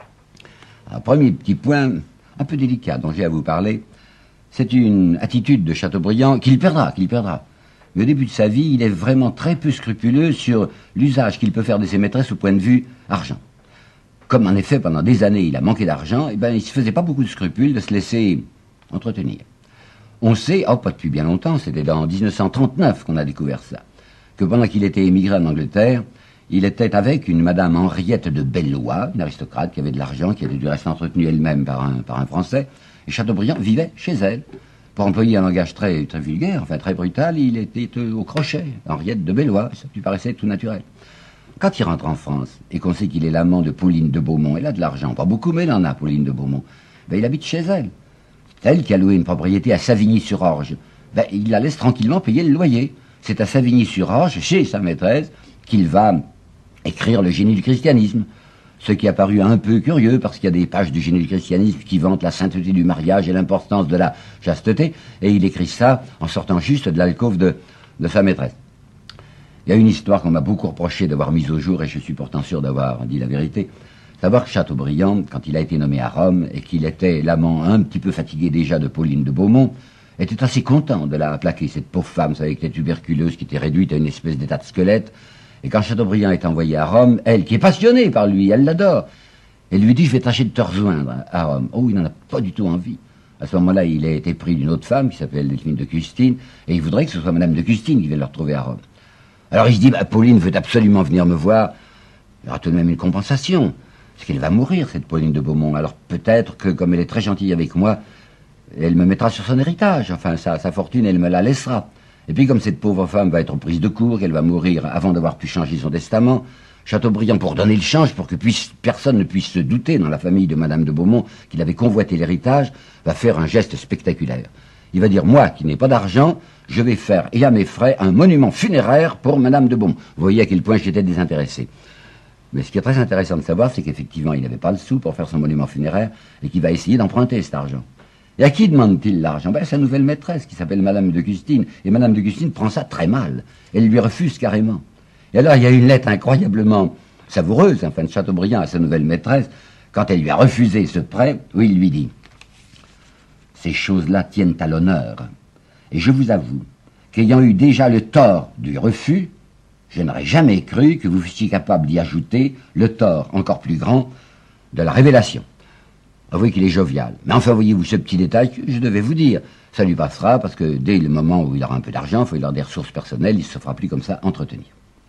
Alors, premier petit point, un peu délicat, dont j'ai à vous parler, c'est une attitude de Chateaubriand qu'il perdra. Mais au début de sa vie, il est vraiment très peu scrupuleux sur l'usage qu'il peut faire de ses maîtresses au point de vue argent. Comme en effet, pendant des années, il a manqué d'argent, il ne se faisait pas beaucoup de scrupules de se laisser entretenir. On sait, pas depuis bien longtemps, c'était dans 1939 qu'on a découvert ça, que pendant qu'il était émigré en Angleterre, il était avec une madame Henriette de Bellois, une aristocrate qui avait de l'argent, qui était du reste entretenue elle-même par un Français, et Chateaubriand vivait chez elle. Pour employer un langage très, très vulgaire, enfin très brutal, il était au crochet, Henriette de Bellois, ça lui paraissait tout naturel. Quand il rentre en France, et qu'on sait qu'il est l'amant de Pauline de Beaumont, elle a de l'argent, pas beaucoup, mais elle en a, Pauline de Beaumont, il habite chez elle. C'est elle qui a loué une propriété à Savigny-sur-Orge. Il la laisse tranquillement payer le loyer. C'est à Savigny-sur-Orge, chez sa maîtresse, qu'il va écrire le génie du christianisme. Ce qui a paru un peu curieux, parce qu'il y a des pages du génie du christianisme qui vantent la sainteté du mariage et l'importance de la chasteté, et il écrit ça en sortant juste de l'alcôve de sa maîtresse. Il y a une histoire qu'on m'a beaucoup reproché d'avoir mise au jour, et je suis pourtant sûr d'avoir dit la vérité. Savoir que Chateaubriand, quand il a été nommé à Rome, et qu'il était l'amant un petit peu fatigué déjà de Pauline de Beaumont, était assez content de la plaquer, cette pauvre femme, vous savez, qui était tuberculeuse, qui était réduite à une espèce d'état de squelette. Et quand Chateaubriand est envoyé à Rome, elle, qui est passionnée par lui, elle l'adore, elle lui dit, je vais tâcher de te rejoindre à Rome. Oh, il n'en a pas du tout envie. À ce moment-là, il a été pris d'une autre femme, qui s'appelle Delphine de Custine, et il voudrait que ce soit Madame de Custine qui vienne le retrouver à Rome. Alors il se dit, Pauline veut absolument venir me voir, il y aura tout de même une compensation. Parce qu'elle va mourir, cette Pauline de Beaumont. Alors peut-être que, comme elle est très gentille avec moi, elle me mettra sur son héritage. Enfin, sa fortune, elle me la laissera. Et puis, comme cette pauvre femme va être prise de court, qu'elle va mourir avant d'avoir pu changer son testament, Chateaubriand, pour donner le change, pour que personne ne puisse se douter dans la famille de Madame de Beaumont qu'il avait convoité l'héritage, va faire un geste spectaculaire. Il va dire, moi, qui n'ai pas d'argent, je vais faire, et à mes frais, un monument funéraire pour Madame de Beaumont. Vous voyez à quel point j'étais désintéressé. Mais ce qui est très intéressant de savoir, c'est qu'effectivement, il n'avait pas le sou pour faire son monument funéraire et qu'il va essayer d'emprunter cet argent. Et à qui demande-t-il l'argent? Sa nouvelle maîtresse, qui s'appelle Madame de Custine. Et Madame de Custine prend ça très mal. Elle lui refuse carrément. Et alors, il y a une lettre incroyablement savoureuse, de Chateaubriand à sa nouvelle maîtresse, quand elle lui a refusé ce prêt, où il lui dit « Ces choses-là tiennent à l'honneur. Et je vous avoue qu'ayant eu déjà le tort du refus, je n'aurais jamais cru que vous fussiez capable d'y ajouter le tort encore plus grand de la révélation. » Avouez qu'il est jovial. Mais enfin, voyez-vous ce petit détail que je devais vous dire. Ça lui passera parce que dès le moment où il aura un peu d'argent, il faut qu'il ait des ressources personnelles, il ne se fera plus comme ça entretenir.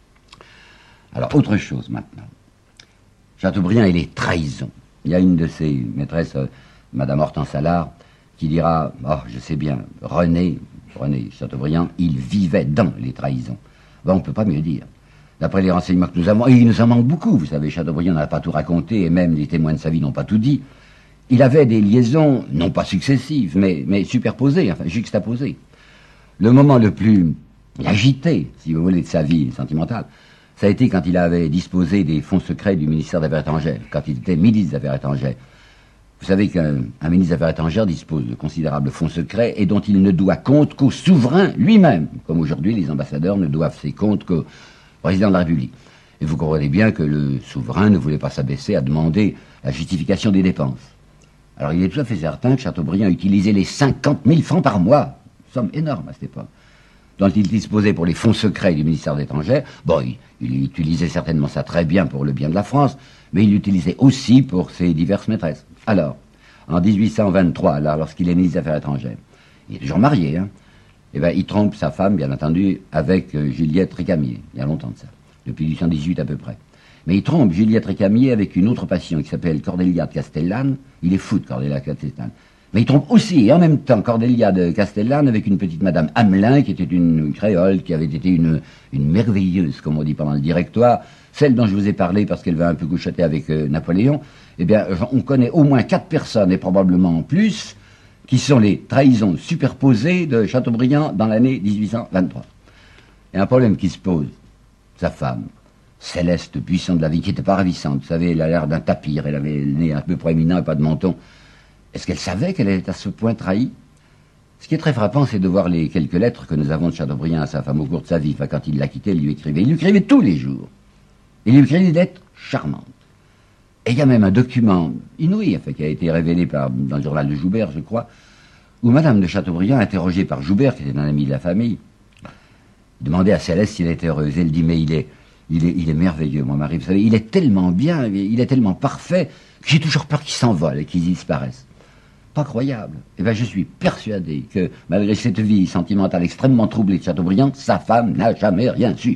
Alors, autre chose maintenant. Chateaubriand et les trahisons. Il y a une de ses maîtresses, Madame Hortense Allard, qui dira, je sais bien, René Chateaubriand, il vivait dans les trahisons. On ne peut pas mieux dire. D'après les renseignements que nous avons, et il nous en manque beaucoup, vous savez, Chateaubriand n'a pas tout raconté, et même les témoins de sa vie n'ont pas tout dit. Il avait des liaisons, non pas successives, mais superposées, enfin juxtaposées. Le moment le plus agité, si vous voulez, de sa vie sentimentale, ça a été quand il avait disposé des fonds secrets du ministère des Affaires étrangères, quand il était ministre des Affaires étrangères. Vous savez qu'un ministre des Affaires étrangères dispose de considérables fonds secrets et dont il ne doit compte qu'au souverain lui-même, comme aujourd'hui les ambassadeurs ne doivent ses comptes qu'au président de la République. Et vous comprenez bien que le souverain ne voulait pas s'abaisser à demander la justification des dépenses. Alors il est tout à fait certain que Chateaubriand utilisait les 50 000 francs par mois, somme énorme à cette époque, dont il disposait pour les fonds secrets du ministère des Étrangères. Bon, il utilisait certainement ça très bien pour le bien de la France, mais il l'utilisait aussi pour ses diverses maîtresses. Alors, en 1823, là, lorsqu'il est ministre des Affaires étrangères, il est toujours marié, hein, et ben, il trompe sa femme, bien entendu, avec Juliette Récamier. Il y a longtemps de ça, depuis 1818 à peu près. Mais il trompe Juliette Récamier avec une autre passion qui s'appelle Cordélia de Castellane. Il est fou de Cordélia de Castellane. Mais il trompe aussi, et en même temps, Cordélia de Castellane avec une petite madame Hamelin, qui était une créole, qui avait été une merveilleuse, comme on dit pendant le directoire, celle dont je vous ai parlé parce qu'elle va un peu couchoter avec Napoléon. Eh bien, on connaît au moins 4 personnes, et probablement plus, qui sont les trahisons superposées de Chateaubriand dans l'année 1823. Il y a un problème qui se pose. Sa femme, Céleste Buisson de la Vie, qui n'était pas ravissante, vous savez, elle a l'air d'un tapir, elle avait le nez un peu proéminent et pas de menton. Est-ce qu'elle savait qu'elle était à ce point trahie? Ce qui est très frappant, c'est de voir les quelques lettres que nous avons de Chateaubriand à sa femme au cours de sa vie. Enfin, quand il l'a quittée, il lui écrivait. Il lui écrivait tous les jours. Il lui écrivait des lettres charmantes. Et il y a même un document inouï, enfin, qui a été révélé dans le journal de Joubert, je crois, où Madame de Chateaubriand, interrogée par Joubert, qui était un ami de la famille, demandait à Céleste s'il était heureuse. Elle dit, mais il est merveilleux, mon mari. Vous savez, il est tellement bien, il est tellement parfait, que j'ai toujours peur qu'il s'envole et qu'il disparaisse. Pas croyable. Eh bien, je suis persuadé que, malgré cette vie sentimentale extrêmement troublée de Chateaubriand, sa femme n'a jamais rien su.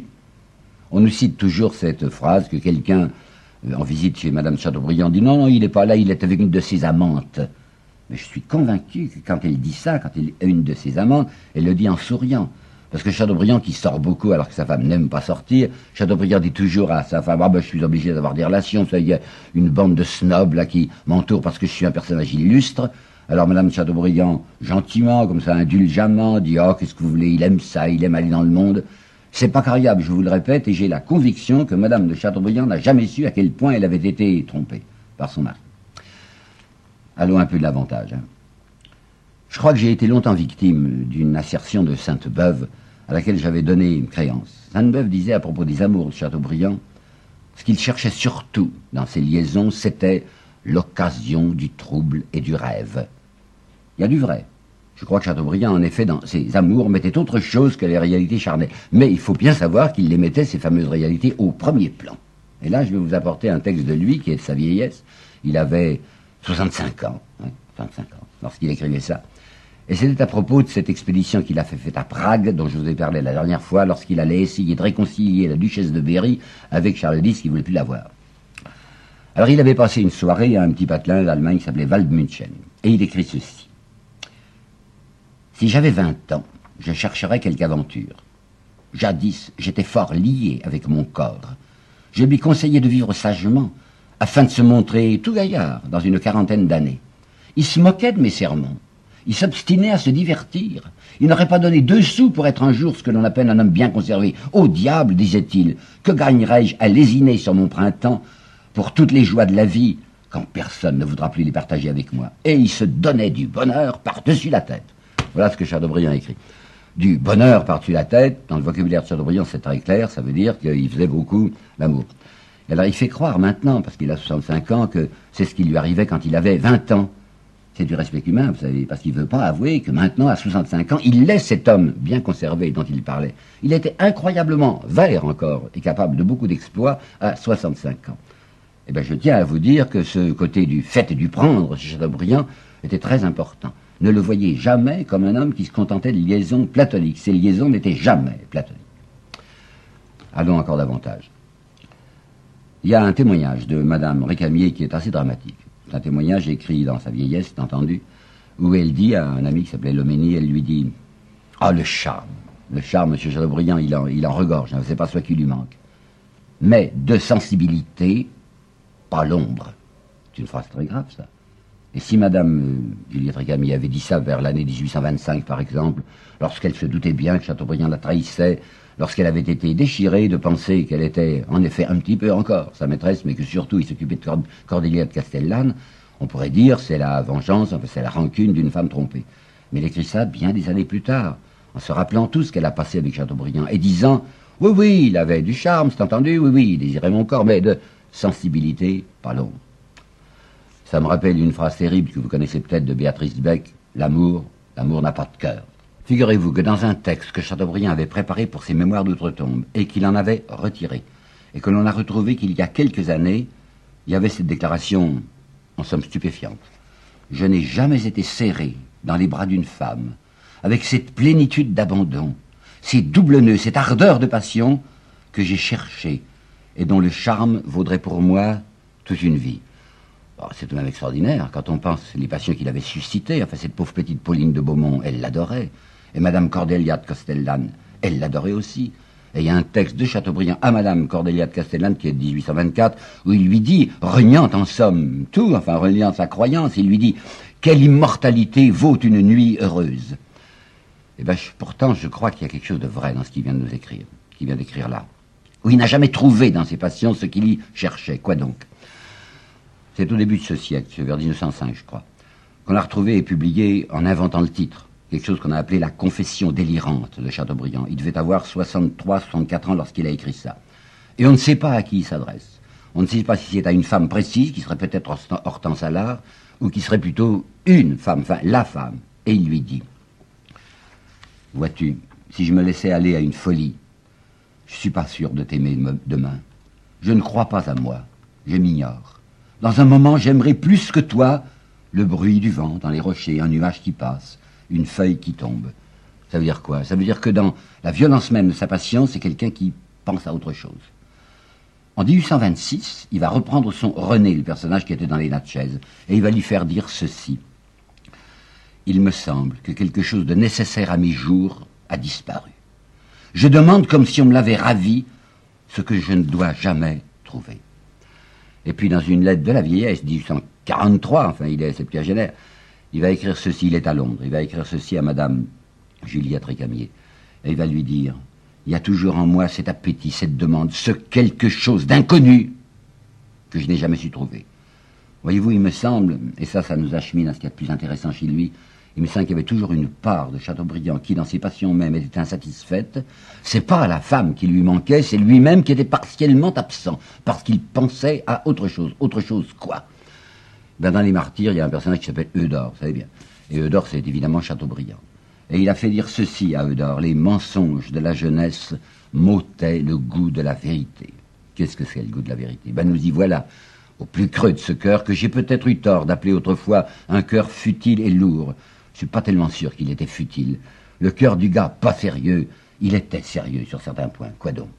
On nous cite toujours cette phrase que quelqu'un, en visite chez Madame Chateaubriand, dit non, il n'est pas là, il est avec une de ses amantes. Mais je suis convaincu que quand elle dit ça, quand elle est une de ses amantes, elle le dit en souriant. Parce que Chateaubriand, qui sort beaucoup alors que sa femme n'aime pas sortir, Chateaubriand dit toujours à sa femme, je suis obligé d'avoir des relations, ça, il y a une bande de snobs là qui m'entourent parce que je suis un personnage illustre. Alors Madame Chateaubriand, gentiment, comme ça, indulgemment, dit, qu'est-ce que vous voulez, il aime ça, il aime aller dans le monde. C'est pas croyable, je vous le répète, et j'ai la conviction que Madame de Chateaubriand n'a jamais su à quel point elle avait été trompée par son mari. Allons un peu de l'avantage. Je crois que j'ai été longtemps victime d'une assertion de Sainte-Beuve à laquelle j'avais donné une créance. Sainte-Beuve disait à propos des amours de Chateaubriand, ce qu'il cherchait surtout dans ses liaisons, c'était l'occasion du trouble et du rêve. Il y a du vrai. Je crois que Chateaubriand, en effet, dans ses amours, mettait autre chose que les réalités charnelles. Mais il faut bien savoir qu'il les mettait, ces fameuses réalités, au premier plan. Et là, je vais vous apporter un texte de lui, qui est de sa vieillesse. Il avait 65 ans, 65 ans, lorsqu'il écrivait ça. Et c'était à propos de cette expédition qu'il a faite à Prague, dont je vous ai parlé la dernière fois, lorsqu'il allait essayer de réconcilier la duchesse de Berry avec Charles X, qui ne voulait plus la voir. Alors il avait passé une soirée à un petit patelin d'Allemagne qui s'appelait Waldmünchen. Et il écrit ceci. Si j'avais 20 ans, je chercherais quelque aventure. Jadis, j'étais fort lié avec mon corps. Je lui conseillais de vivre sagement, afin de se montrer tout gaillard dans une 40aine d'années. Il se moquait de mes sermons. Il s'obstinait à se divertir. Il n'aurait pas donné 2 sous pour être un jour ce que l'on appelle un homme bien conservé. Au diable, disait-il, que gagnerais-je à lésiner sur mon printemps pour toutes les joies de la vie, quand personne ne voudra plus les partager avec moi. Et il se donnait du bonheur par-dessus la tête. Voilà ce que Chateaubriand écrit. Du bonheur par-dessus la tête, dans le vocabulaire de Chateaubriand, c'est très clair, ça veut dire qu'il faisait beaucoup l'amour. Et alors il fait croire maintenant, parce qu'il a 65 ans, que c'est ce qui lui arrivait quand il avait 20 ans. C'est du respect humain, vous savez, parce qu'il ne veut pas avouer que maintenant, à 65 ans, il laisse cet homme bien conservé dont il parlait. Il était incroyablement vert encore, et capable de beaucoup d'exploits à 65 ans. Eh bien, je tiens à vous dire que ce côté du fait et du prendre chez Chateaubriand était très important. Ne le voyez jamais comme un homme qui se contentait de liaisons platoniques. Ces liaisons n'étaient jamais platoniques. Allons encore davantage. Il y a un témoignage de Madame Récamier qui est assez dramatique. C'est un témoignage écrit dans sa vieillesse, c'est entendu, où elle dit à un ami qui s'appelait Loménie, elle lui dit « Ah, le charme, monsieur Chateaubriand, il en regorge, hein, c'est pas ce qui lui manque. Mais de sensibilité, pas l'ombre. » C'est une phrase très grave, ça. Et si Madame Juliette Récamier avait dit ça vers l'année 1825, par exemple, lorsqu'elle se doutait bien que Chateaubriand la trahissait, lorsqu'elle avait été déchirée de penser qu'elle était, en effet, un petit peu encore sa maîtresse, mais que surtout il s'occupait de Cordélia de Castellane, on pourrait dire c'est la vengeance, enfin, c'est la rancune d'une femme trompée. Mais elle écrit ça bien des années plus tard, en se rappelant tout ce qu'elle a passé avec Chateaubriand, et disant « Oui, il avait du charme, c'est entendu, oui, il désirait mon corps, mais de sensibilité, pas l'ombre. » Ça me rappelle une phrase terrible que vous connaissez peut-être de Béatrice Beck, l'amour n'a pas de cœur. Figurez-vous que dans un texte que Chateaubriand avait préparé pour ses mémoires d'outre-tombe et qu'il en avait retiré, et que l'on a retrouvé qu'il y a quelques années, il y avait cette déclaration, en somme stupéfiante. Je n'ai jamais été serré dans les bras d'une femme, avec cette plénitude d'abandon, ces doubles nœuds, cette ardeur de passion que j'ai cherché et dont le charme vaudrait pour moi toute une vie. Oh, c'est tout de même extraordinaire quand on pense les passions qu'il avait suscitées. Enfin, cette pauvre petite Pauline de Beaumont, elle l'adorait. Et Madame Cordelia de Castellane, elle l'adorait aussi. Et il y a un texte de Chateaubriand à Madame Cordelia de Castellane qui est de 1824, où il lui dit, reniant en somme tout, enfin reniant sa croyance, il lui dit « Quelle immortalité vaut une nuit heureuse ?» Eh bien, pourtant, je crois qu'il y a quelque chose de vrai dans ce qu'il vient de nous écrire, qu'il vient d'écrire là. Où il n'a jamais trouvé dans ses passions ce qu'il y cherchait. Quoi donc? C'est au début de ce siècle, vers 1905, je crois, qu'on l'a retrouvé et publié en inventant le titre. Quelque chose qu'on a appelé la confession délirante de Chateaubriand. Il devait avoir 63, 64 ans lorsqu'il a écrit ça. Et on ne sait pas à qui il s'adresse. On ne sait pas si c'est à une femme précise, qui serait peut-être Hortense Allard, ou qui serait plutôt une femme, enfin la femme. Et il lui dit, vois-tu, si je me laissais aller à une folie, je ne suis pas sûr de t'aimer demain. Je ne crois pas à moi, je m'ignore. Dans un moment, j'aimerais plus que toi le bruit du vent dans les rochers, un nuage qui passe, une feuille qui tombe. Ça veut dire quoi? Ça veut dire que dans la violence même de sa passion, c'est quelqu'un qui pense à autre chose. En 1826, il va reprendre son René, le personnage qui était dans les Natchez, et il va lui faire dire ceci. Il me semble que quelque chose de nécessaire à mes jours a disparu. Je demande comme si on me l'avait ravi, ce que je ne dois jamais trouver. Et puis dans une lettre de la vieillesse, 1843, enfin il est septuagénaire, il va écrire ceci, il est à Londres, il va écrire ceci à Madame Juliette Récamier. Et il va lui dire, il y a toujours en moi cet appétit, cette demande, ce quelque chose d'inconnu que je n'ai jamais su trouver. Voyez-vous, il me semble, et ça nous achemine à ce qu'il y a de plus intéressant chez lui, il me semble qu'il y avait toujours une part de Chateaubriand qui, dans ses passions même, était insatisfaite. C'est pas la femme qui lui manquait, c'est lui-même qui était partiellement absent, parce qu'il pensait à autre chose. Autre chose quoi? Ben, dans Les Martyrs, il y a un personnage qui s'appelle Eudore, vous savez bien. Et Eudore, c'est évidemment Chateaubriand. Et il a fait dire ceci à Eudore, les mensonges de la jeunesse m'ôtaient le goût de la vérité. Qu'est-ce que c'est le goût de la vérité? Ben, nous y voilà, au plus creux de ce cœur que j'ai peut-être eu tort d'appeler autrefois un cœur futile et lourd. Je suis pas tellement sûr qu'il était futile. Le cœur du gars, pas sérieux, il était sérieux sur certains points. Quoi donc?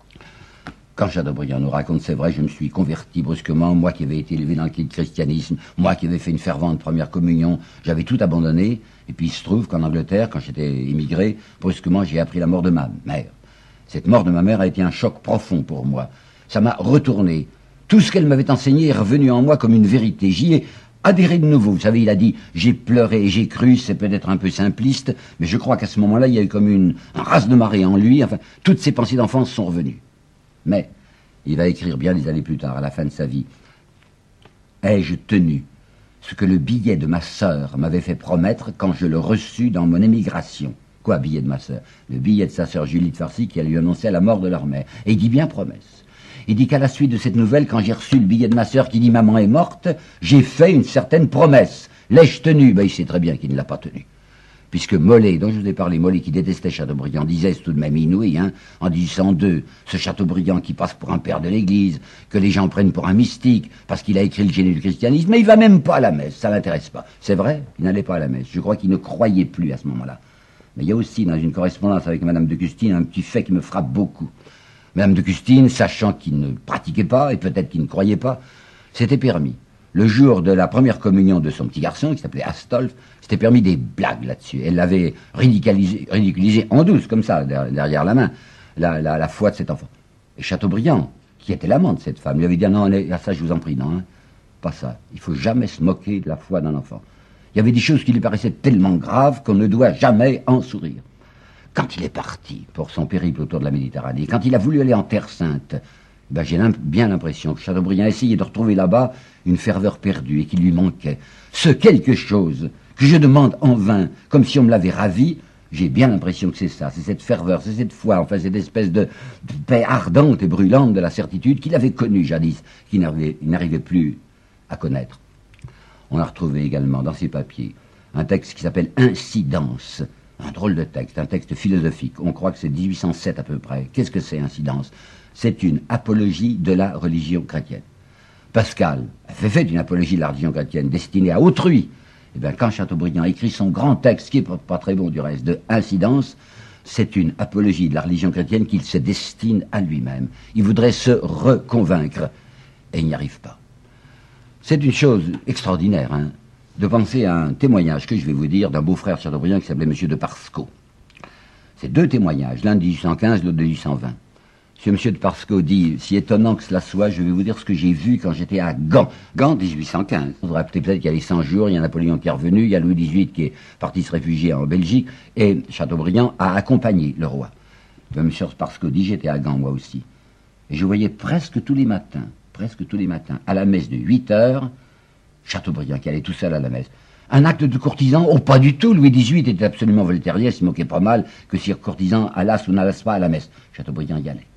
Quand Chateaubriand nous raconte, c'est vrai, je me suis converti brusquement, moi qui avais été élevé dans le christianisme, moi qui avais fait une fervente première communion, j'avais tout abandonné, et puis il se trouve qu'en Angleterre, quand j'étais immigré, brusquement j'ai appris la mort de ma mère. Cette mort de ma mère a été un choc profond pour moi. Ça m'a retourné. Tout ce qu'elle m'avait enseigné est revenu en moi comme une vérité. J'y ai adhéré de nouveau. Vous savez, il a dit, j'ai pleuré et j'ai cru, c'est peut-être un peu simpliste, mais je crois qu'à ce moment-là, il y a eu comme un raz de marée en lui, enfin, toutes ses pensées d'enfance sont revenues. Mais, il va écrire bien des années plus tard, à la fin de sa vie, « Ai-je tenu ce que le billet de ma sœur m'avait fait promettre quand je le reçus dans mon émigration ?» Quoi, billet de ma sœur? Le billet de sa sœur Julie de Farcy qui a lui annoncé la mort de leur mère. Et il dit bien promesse. Il dit qu'à la suite de cette nouvelle, quand j'ai reçu le billet de ma sœur qui dit « Maman est morte », j'ai fait une certaine promesse. L'ai-je tenue? Ben, il sait très bien qu'il ne l'a pas tenue. Puisque Molé, dont je vous ai parlé, Molé qui détestait Chateaubriand, disait, c'est tout de même inouï, en 1802, ce Chateaubriand qui passe pour un père de l'Église, que les gens prennent pour un mystique, parce qu'il a écrit le génie du christianisme, mais il va même pas à la messe, ça l'intéresse pas. C'est vrai, il n'allait pas à la messe. Je crois qu'il ne croyait plus à ce moment-là. Mais il y a aussi, dans une correspondance avec Madame de Custine, un petit fait qui me frappe beaucoup. Madame de Custine, sachant qu'il ne pratiquait pas, et peut-être qu'il ne croyait pas, s'était permis, le jour de la première communion de son petit garçon, qui s'appelait Astolphe, s'était permis des blagues là-dessus. Elle l'avait ridiculisé en douce, comme ça, derrière la main, la foi de cet enfant. Et Chateaubriand, qui était l'amant de cette femme, lui avait dit, non, ça je vous en prie, non, pas ça. Il faut jamais se moquer de la foi d'un enfant. Il y avait des choses qui lui paraissaient tellement graves qu'on ne doit jamais en sourire. Quand il est parti pour son périple autour de la Méditerranée, quand il a voulu aller en Terre Sainte, ben j'ai bien l'impression que Chateaubriand essayait de retrouver là-bas une ferveur perdue et qu'il lui manquait. Ce quelque chose que je demande en vain, comme si on me l'avait ravi, j'ai bien l'impression que c'est ça, c'est cette ferveur, c'est cette foi, enfin cette espèce de paix ardente et brûlante de la certitude qu'il avait connue jadis, qu'il n'arrivait plus à connaître. on a retrouvé également dans ses papiers un texte qui s'appelle Incidence, un drôle de texte, un texte philosophique. On croit que c'est 1807 à peu près. Qu'est-ce que c'est Incidence? C'est une apologie de la religion chrétienne. Pascal a fait une apologie de la religion chrétienne destinée à autrui. Et bien, quand Chateaubriand écrit son grand texte, qui n'est pas très bon du reste, de Incidence, c'est une apologie de la religion chrétienne qu'il se destine à lui-même. Il voudrait se reconvaincre, et il n'y arrive pas. C'est une chose extraordinaire, hein, de penser à un témoignage que je vais vous dire d'un beau-frère de Chateaubriand qui s'appelait M. de Parscot. C'est deux témoignages, l'un de 1815, l'autre de 1820. M. de Parscot dit, si étonnant que cela soit, je vais vous dire ce que j'ai vu quand j'étais à Gand. Gand, 1815. On devrait peut-être qu'il y a les 100 jours, il y a Napoléon qui est revenu, il y a Louis XVIII qui est parti se réfugier en Belgique, et Chateaubriand a accompagné le roi. M. de Parscot dit, j'étais à Gand moi aussi. Et je voyais presque tous les matins, à la messe de 8 heures, Chateaubriand qui allait tout seul à la messe. Un acte de courtisan? Oh, pas du tout. Louis XVIII était absolument voltairien, il se moquait pas mal que si un courtisan allasse ou n'allasse pas à la messe. Chateaubriand y allait.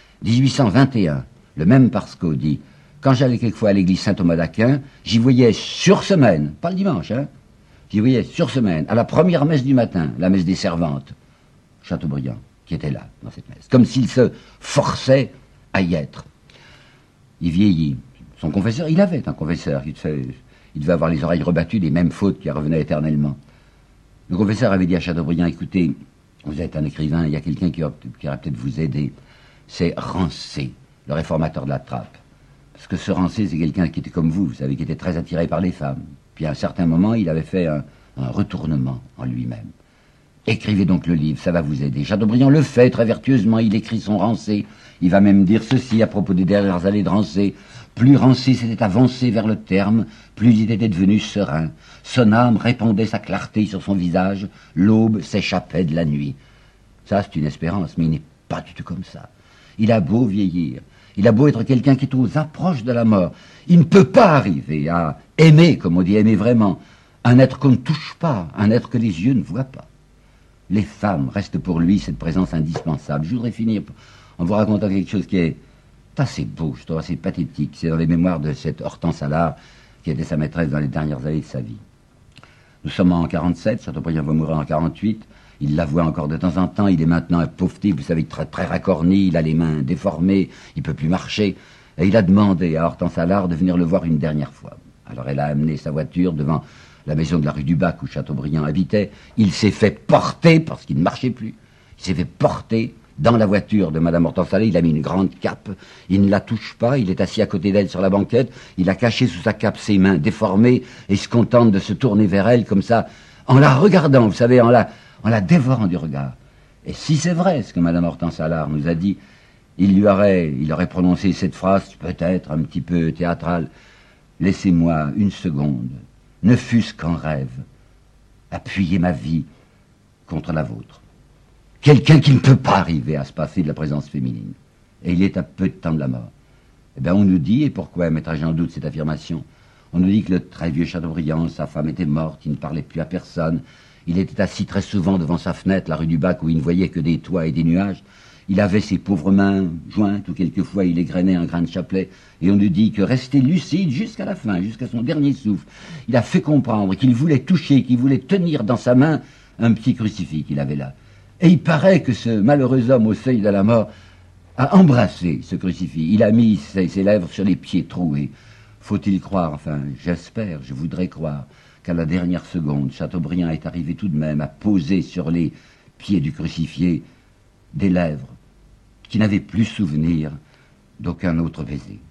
1821, le même Parscot dit, quand j'allais quelquefois à l'église Saint-Thomas d'Aquin, j'y voyais sur semaine, pas le dimanche, hein, j'y voyais sur semaine, à la première messe du matin, la messe des servantes, Chateaubriand, qui était là, dans cette messe, comme s'il se forçait à y être. Il vieillit. Son confesseur, il avait un confesseur, il devait avoir les oreilles rebattues des mêmes fautes qui revenaient éternellement. Le confesseur avait dit à Chateaubriand, écoutez, vous êtes un écrivain, il y a quelqu'un qui va peut-être vous aider. C'est Rancé, le réformateur de la trappe. Parce que ce Rancé, c'est quelqu'un qui était comme vous savez, qui était très attiré par les femmes. Puis à un certain moment, il avait fait un retournement en lui-même. Écrivez donc le livre, ça va vous aider. Chateaubriand le fait très vertueusement, il écrit son Rancé. Il va même dire ceci à propos des dernières années de Rancé. Plus Rancé s'était avancé vers le terme, plus il était devenu serein. Son âme répandait sa clarté sur son visage, l'aube s'échappait de la nuit. Ça, c'est une espérance, mais il n'est pas du tout comme ça. Il a beau vieillir, il a beau être quelqu'un qui est aux approches de la mort, il ne peut pas arriver à aimer, comme on dit, aimer vraiment, un être qu'on ne touche pas, un être que les yeux ne voient pas. Les femmes restent pour lui cette présence indispensable. Je voudrais finir en vous racontant quelque chose qui est assez beau, je trouve assez pathétique. C'est dans les mémoires de cette Hortense Allard, qui était sa maîtresse dans les dernières années de sa vie. Nous sommes en 47, Chateaubriand va mourir en 48. Il la voit encore de temps en temps, il est maintenant un pauvre type, vous savez, très, très racorni, il a les mains déformées, il ne peut plus marcher. Et il a demandé à Hortense Allard de venir le voir une dernière fois. Alors elle a amené sa voiture devant la maison de la rue du Bac où Chateaubriand habitait. Il s'est fait porter, parce qu'il ne marchait plus, il s'est fait porter dans la voiture de Madame Hortense Allard. Il a mis une grande cape, il ne la touche pas, il est assis à côté d'elle sur la banquette, il a caché sous sa cape ses mains déformées et il se contente de se tourner vers elle comme ça, en la regardant, vous savez, en la dévorant du regard. Et si c'est vrai ce que Madame Hortense Allard nous a dit, il aurait prononcé cette phrase, peut-être un petit peu théâtrale, « Laissez-moi une seconde, ne fût-ce qu'en rêve, appuyer ma vie contre la vôtre. » Quelqu'un qui ne peut pas arriver à se passer de la présence féminine. Et il est à peu de temps de la mort. Eh bien, on nous dit, et pourquoi mettrais-je en doute cette affirmation, on nous dit que le très vieux Chateaubriand, sa femme était morte, il ne parlait plus à personne, il était assis très souvent devant sa fenêtre, la rue du Bac, où il ne voyait que des toits et des nuages. Il avait ses pauvres mains jointes, ou quelquefois il égrenait un grain de chapelet, et on nous dit que resté lucide jusqu'à la fin, jusqu'à son dernier souffle, il a fait comprendre qu'il voulait toucher, qu'il voulait tenir dans sa main un petit crucifix qu'il avait là. Et il paraît que ce malheureux homme au seuil de la mort a embrassé ce crucifix. Il a mis ses lèvres sur les pieds troués. Faut-il croire, enfin, j'espère, je voudrais croire, qu'à la dernière seconde, Chateaubriand est arrivé tout de même à poser sur les pieds du crucifié des lèvres qui n'avaient plus souvenir d'aucun autre baiser.